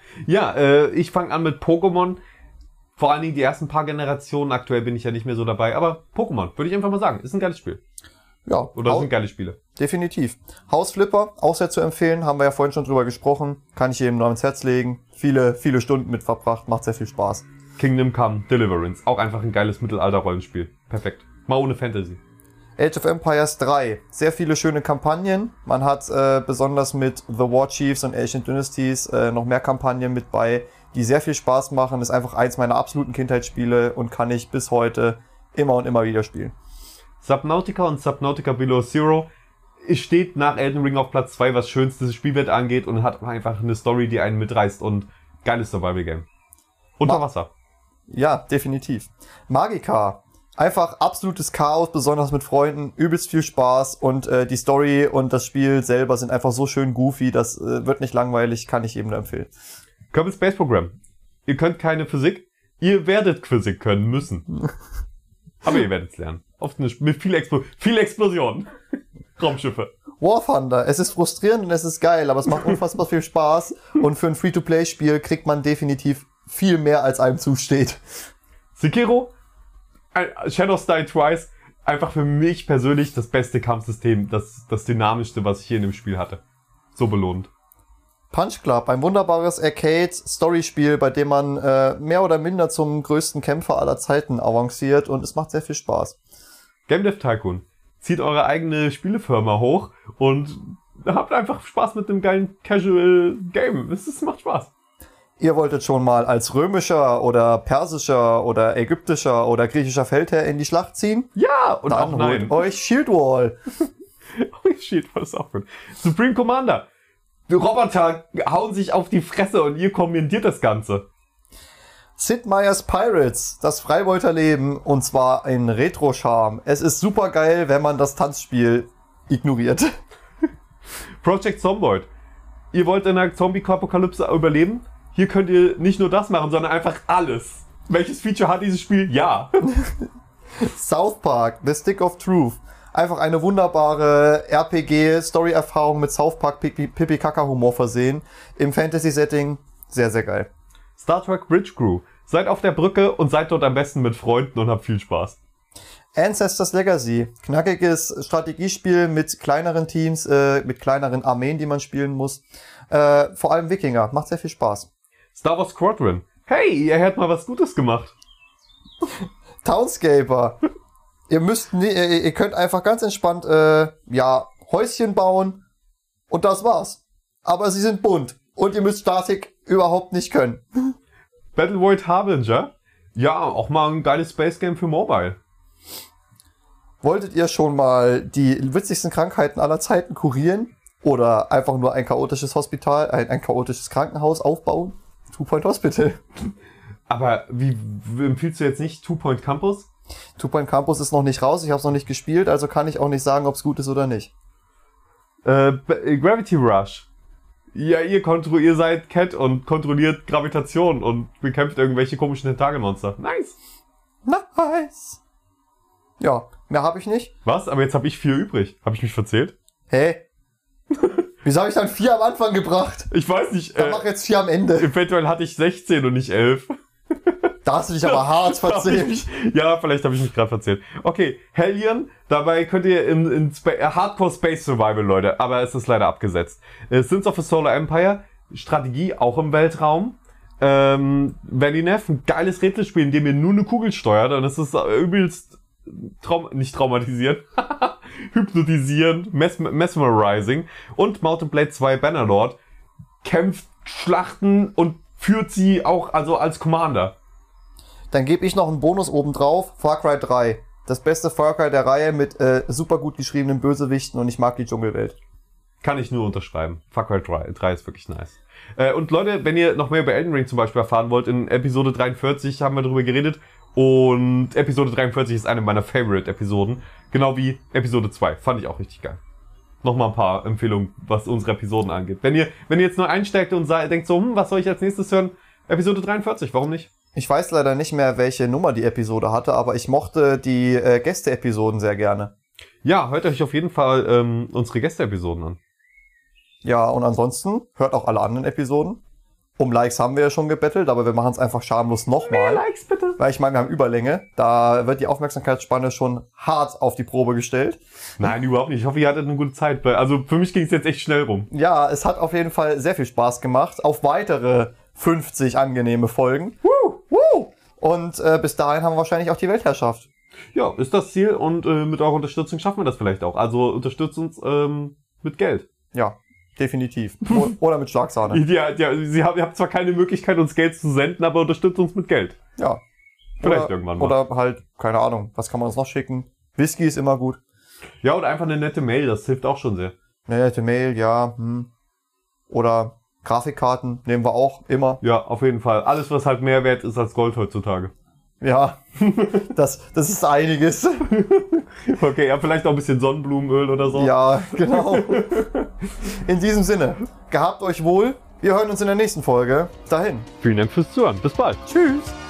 Ja, ich fange an mit Pokémon. Vor allen Dingen die ersten paar Generationen. Aktuell bin ich ja nicht mehr so dabei. Aber Pokémon, würde ich einfach mal sagen, ist ein geiles Spiel. Ja. Oder sind geile Spiele. Definitiv. House Flipper, auch sehr zu empfehlen. Haben wir ja vorhin schon drüber gesprochen. Kann ich jedem nur ans Herz legen. Viele, viele Stunden mit verbracht. Macht sehr viel Spaß. Kingdom Come Deliverance. Auch einfach ein geiles Mittelalter-Rollenspiel. Perfekt. Mal ohne Fantasy. Age of Empires 3. Sehr viele schöne Kampagnen. Man hat besonders mit The War Chiefs und Ancient Dynasties noch mehr Kampagnen mit bei, die sehr viel Spaß machen. Ist einfach eins meiner absoluten Kindheitsspiele und kann ich bis heute immer und immer wieder spielen. Subnautica und Subnautica Below Zero steht nach Elden Ring auf Platz 2, was schönstes Spielwert angeht und hat einfach eine Story, die einen mitreißt und geiles Survival-Game. Unter Wasser. Ja, definitiv. Magica. Einfach absolutes Chaos, besonders mit Freunden, übelst viel Spaß und die Story und das Spiel selber sind einfach so schön goofy, das wird nicht langweilig, kann ich jedem nur empfehlen. Kerbal Space Program. Ihr könnt keine Physik, ihr werdet Physik können müssen. Aber ihr werdet es lernen. Oft mit viel Explosion. Raumschiffe. War Thunder. Es ist frustrierend und es ist geil, aber es macht unfassbar viel Spaß und für ein Free-to-Play-Spiel kriegt man definitiv viel mehr, als einem zusteht. Sekiro. Shadows Die Twice, einfach für mich persönlich das beste Kampfsystem, das dynamischste, was ich hier in dem Spiel hatte. So belohnt. Punch Club, ein wunderbares Arcade-Story-Spiel, bei dem man mehr oder minder zum größten Kämpfer aller Zeiten avanciert und es macht sehr viel Spaß. Game Dev Tycoon. Zieht eure eigene Spielefirma hoch und habt einfach Spaß mit dem geilen Casual Game. Es macht Spaß. Ihr wolltet schon mal als römischer oder persischer oder ägyptischer oder griechischer Feldherr in die Schlacht ziehen? Ja, und dann auch nein. holt euch Shield Wall. Shield Wall ist auch gut. Supreme Commander. Die Roboter hauen sich auf die Fresse und ihr kommentiert das Ganze. Sid Meier's Pirates, das Freibeuterleben und zwar in Retro-Charme. Es ist super geil, wenn man das Tanzspiel ignoriert. Project Zomboid. Ihr wollt in einer Zombie-Apokalypse überleben? Hier könnt ihr nicht nur das machen, sondern einfach alles. Welches Feature hat dieses Spiel? Ja. South Park, The Stick of Truth. Einfach eine wunderbare RPG-Story-Erfahrung mit South Park Pipi-Kaka-Humor versehen. Im Fantasy-Setting sehr, sehr geil. Star Trek Bridge Crew. Seid auf der Brücke und seid dort am besten mit Freunden und habt viel Spaß. Ancestors Legacy. Knackiges Strategiespiel mit kleineren Teams, mit kleineren Armeen, die man spielen muss. Vor allem Wikinger. Macht sehr viel Spaß. Star Wars Squadron. Hey, ihr hättet mal was Gutes gemacht. Townscaper. Ihr könnt einfach ganz entspannt, Häuschen bauen und das war's. Aber sie sind bunt und ihr müsst Statik überhaupt nicht können. Battlevoid Harbinger. Ja, auch mal ein geiles Space Game für Mobile. Wolltet ihr schon mal die witzigsten Krankheiten aller Zeiten kurieren? Oder einfach nur ein chaotisches Hospital, ein chaotisches Krankenhaus aufbauen? Two Point Hospital. Aber wie empfiehlst du jetzt nicht Two Point Campus? Two Point Campus ist noch nicht raus, ich habe es noch nicht gespielt, also kann ich auch nicht sagen, ob es gut ist oder nicht. Gravity Rush. Ja, ihr seid Cat und kontrolliert Gravitation und bekämpft irgendwelche komischen Tentakelmonster. Nice. Nice. Ja, mehr habe ich nicht. Was? Aber jetzt habe ich 4 übrig. Habe ich mich verzählt? Hä? Wieso habe ich dann 4 am Anfang gebracht? Ich weiß nicht. Dann mach jetzt 4 am Ende. Eventuell hatte ich 16 und nicht 11. Da hast du dich aber hart verzählt. Ja, vielleicht habe ich mich gerade verzählt. Okay, Hellion. Dabei könnt ihr in Hardcore Space Survival, Leute. Aber es ist leider abgesetzt. Sins of a Solar Empire. Strategie, auch im Weltraum. Valinev, ein geiles Rätselspiel, in dem ihr nur eine Kugel steuert. Und es ist übelst nicht traumatisierend. Hypnotisierend, mesmerizing. Und Mountain Blade 2 Bannerlord. kämpft Schlachten und führt sie auch also als Commander. Dann gebe ich noch einen Bonus obendrauf. Far Cry 3. Das beste Far Cry der Reihe mit super gut geschriebenen Bösewichten und ich mag die Dschungelwelt. Kann ich nur unterschreiben. Far Cry 3 ist wirklich nice. Und Leute, wenn ihr noch mehr über Elden Ring zum Beispiel erfahren wollt, in Episode 43 haben wir darüber geredet. Und Episode 43 ist eine meiner Favorite-Episoden. Genau wie Episode 2. Fand ich auch richtig geil. Nochmal ein paar Empfehlungen, was unsere Episoden angeht. Wenn ihr jetzt neu einsteigt und denkt so, was soll ich als nächstes hören? Episode 43, warum nicht? Ich weiß leider nicht mehr, welche Nummer die Episode hatte, aber ich mochte die Gäste-Episoden sehr gerne. Ja, hört euch auf jeden Fall unsere Gäste-Episoden an. Ja, und ansonsten hört auch alle anderen Episoden. Um Likes haben wir ja schon gebettelt, aber wir machen es einfach schamlos nochmal. Mehr Likes bitte. Weil ich meine, wir haben Überlänge. Da wird die Aufmerksamkeitsspanne schon hart auf die Probe gestellt. Nein, überhaupt nicht. Ich hoffe, ihr hattet eine gute Zeit. Also für mich ging es jetzt echt schnell rum. Ja, es hat auf jeden Fall sehr viel Spaß gemacht. Auf weitere 50 angenehme Folgen. Und bis dahin haben wir wahrscheinlich auch die Weltherrschaft. Ja, ist das Ziel und mit eurer Unterstützung schaffen wir das vielleicht auch. Also unterstützt uns mit Geld. Ja, definitiv. Oder mit Schlagsahne. Ja, ihr habt zwar keine Möglichkeit, uns Geld zu senden, aber unterstützt uns mit Geld. Ja. Vielleicht irgendwann mal. Oder halt, keine Ahnung, was kann man uns noch schicken? Whisky ist immer gut. Ja, oder einfach eine nette Mail, das hilft auch schon sehr. Eine nette Mail, ja. Oder Grafikkarten nehmen wir auch immer. Ja, auf jeden Fall. Alles, was halt mehr wert ist als Gold heutzutage. Ja, das ist einiges. Okay, ja, vielleicht auch ein bisschen Sonnenblumenöl oder so. Ja, genau. In diesem Sinne, gehabt euch wohl. Wir hören uns in der nächsten Folge. Dahin. Vielen Dank fürs Zuhören. Bis bald. Tschüss.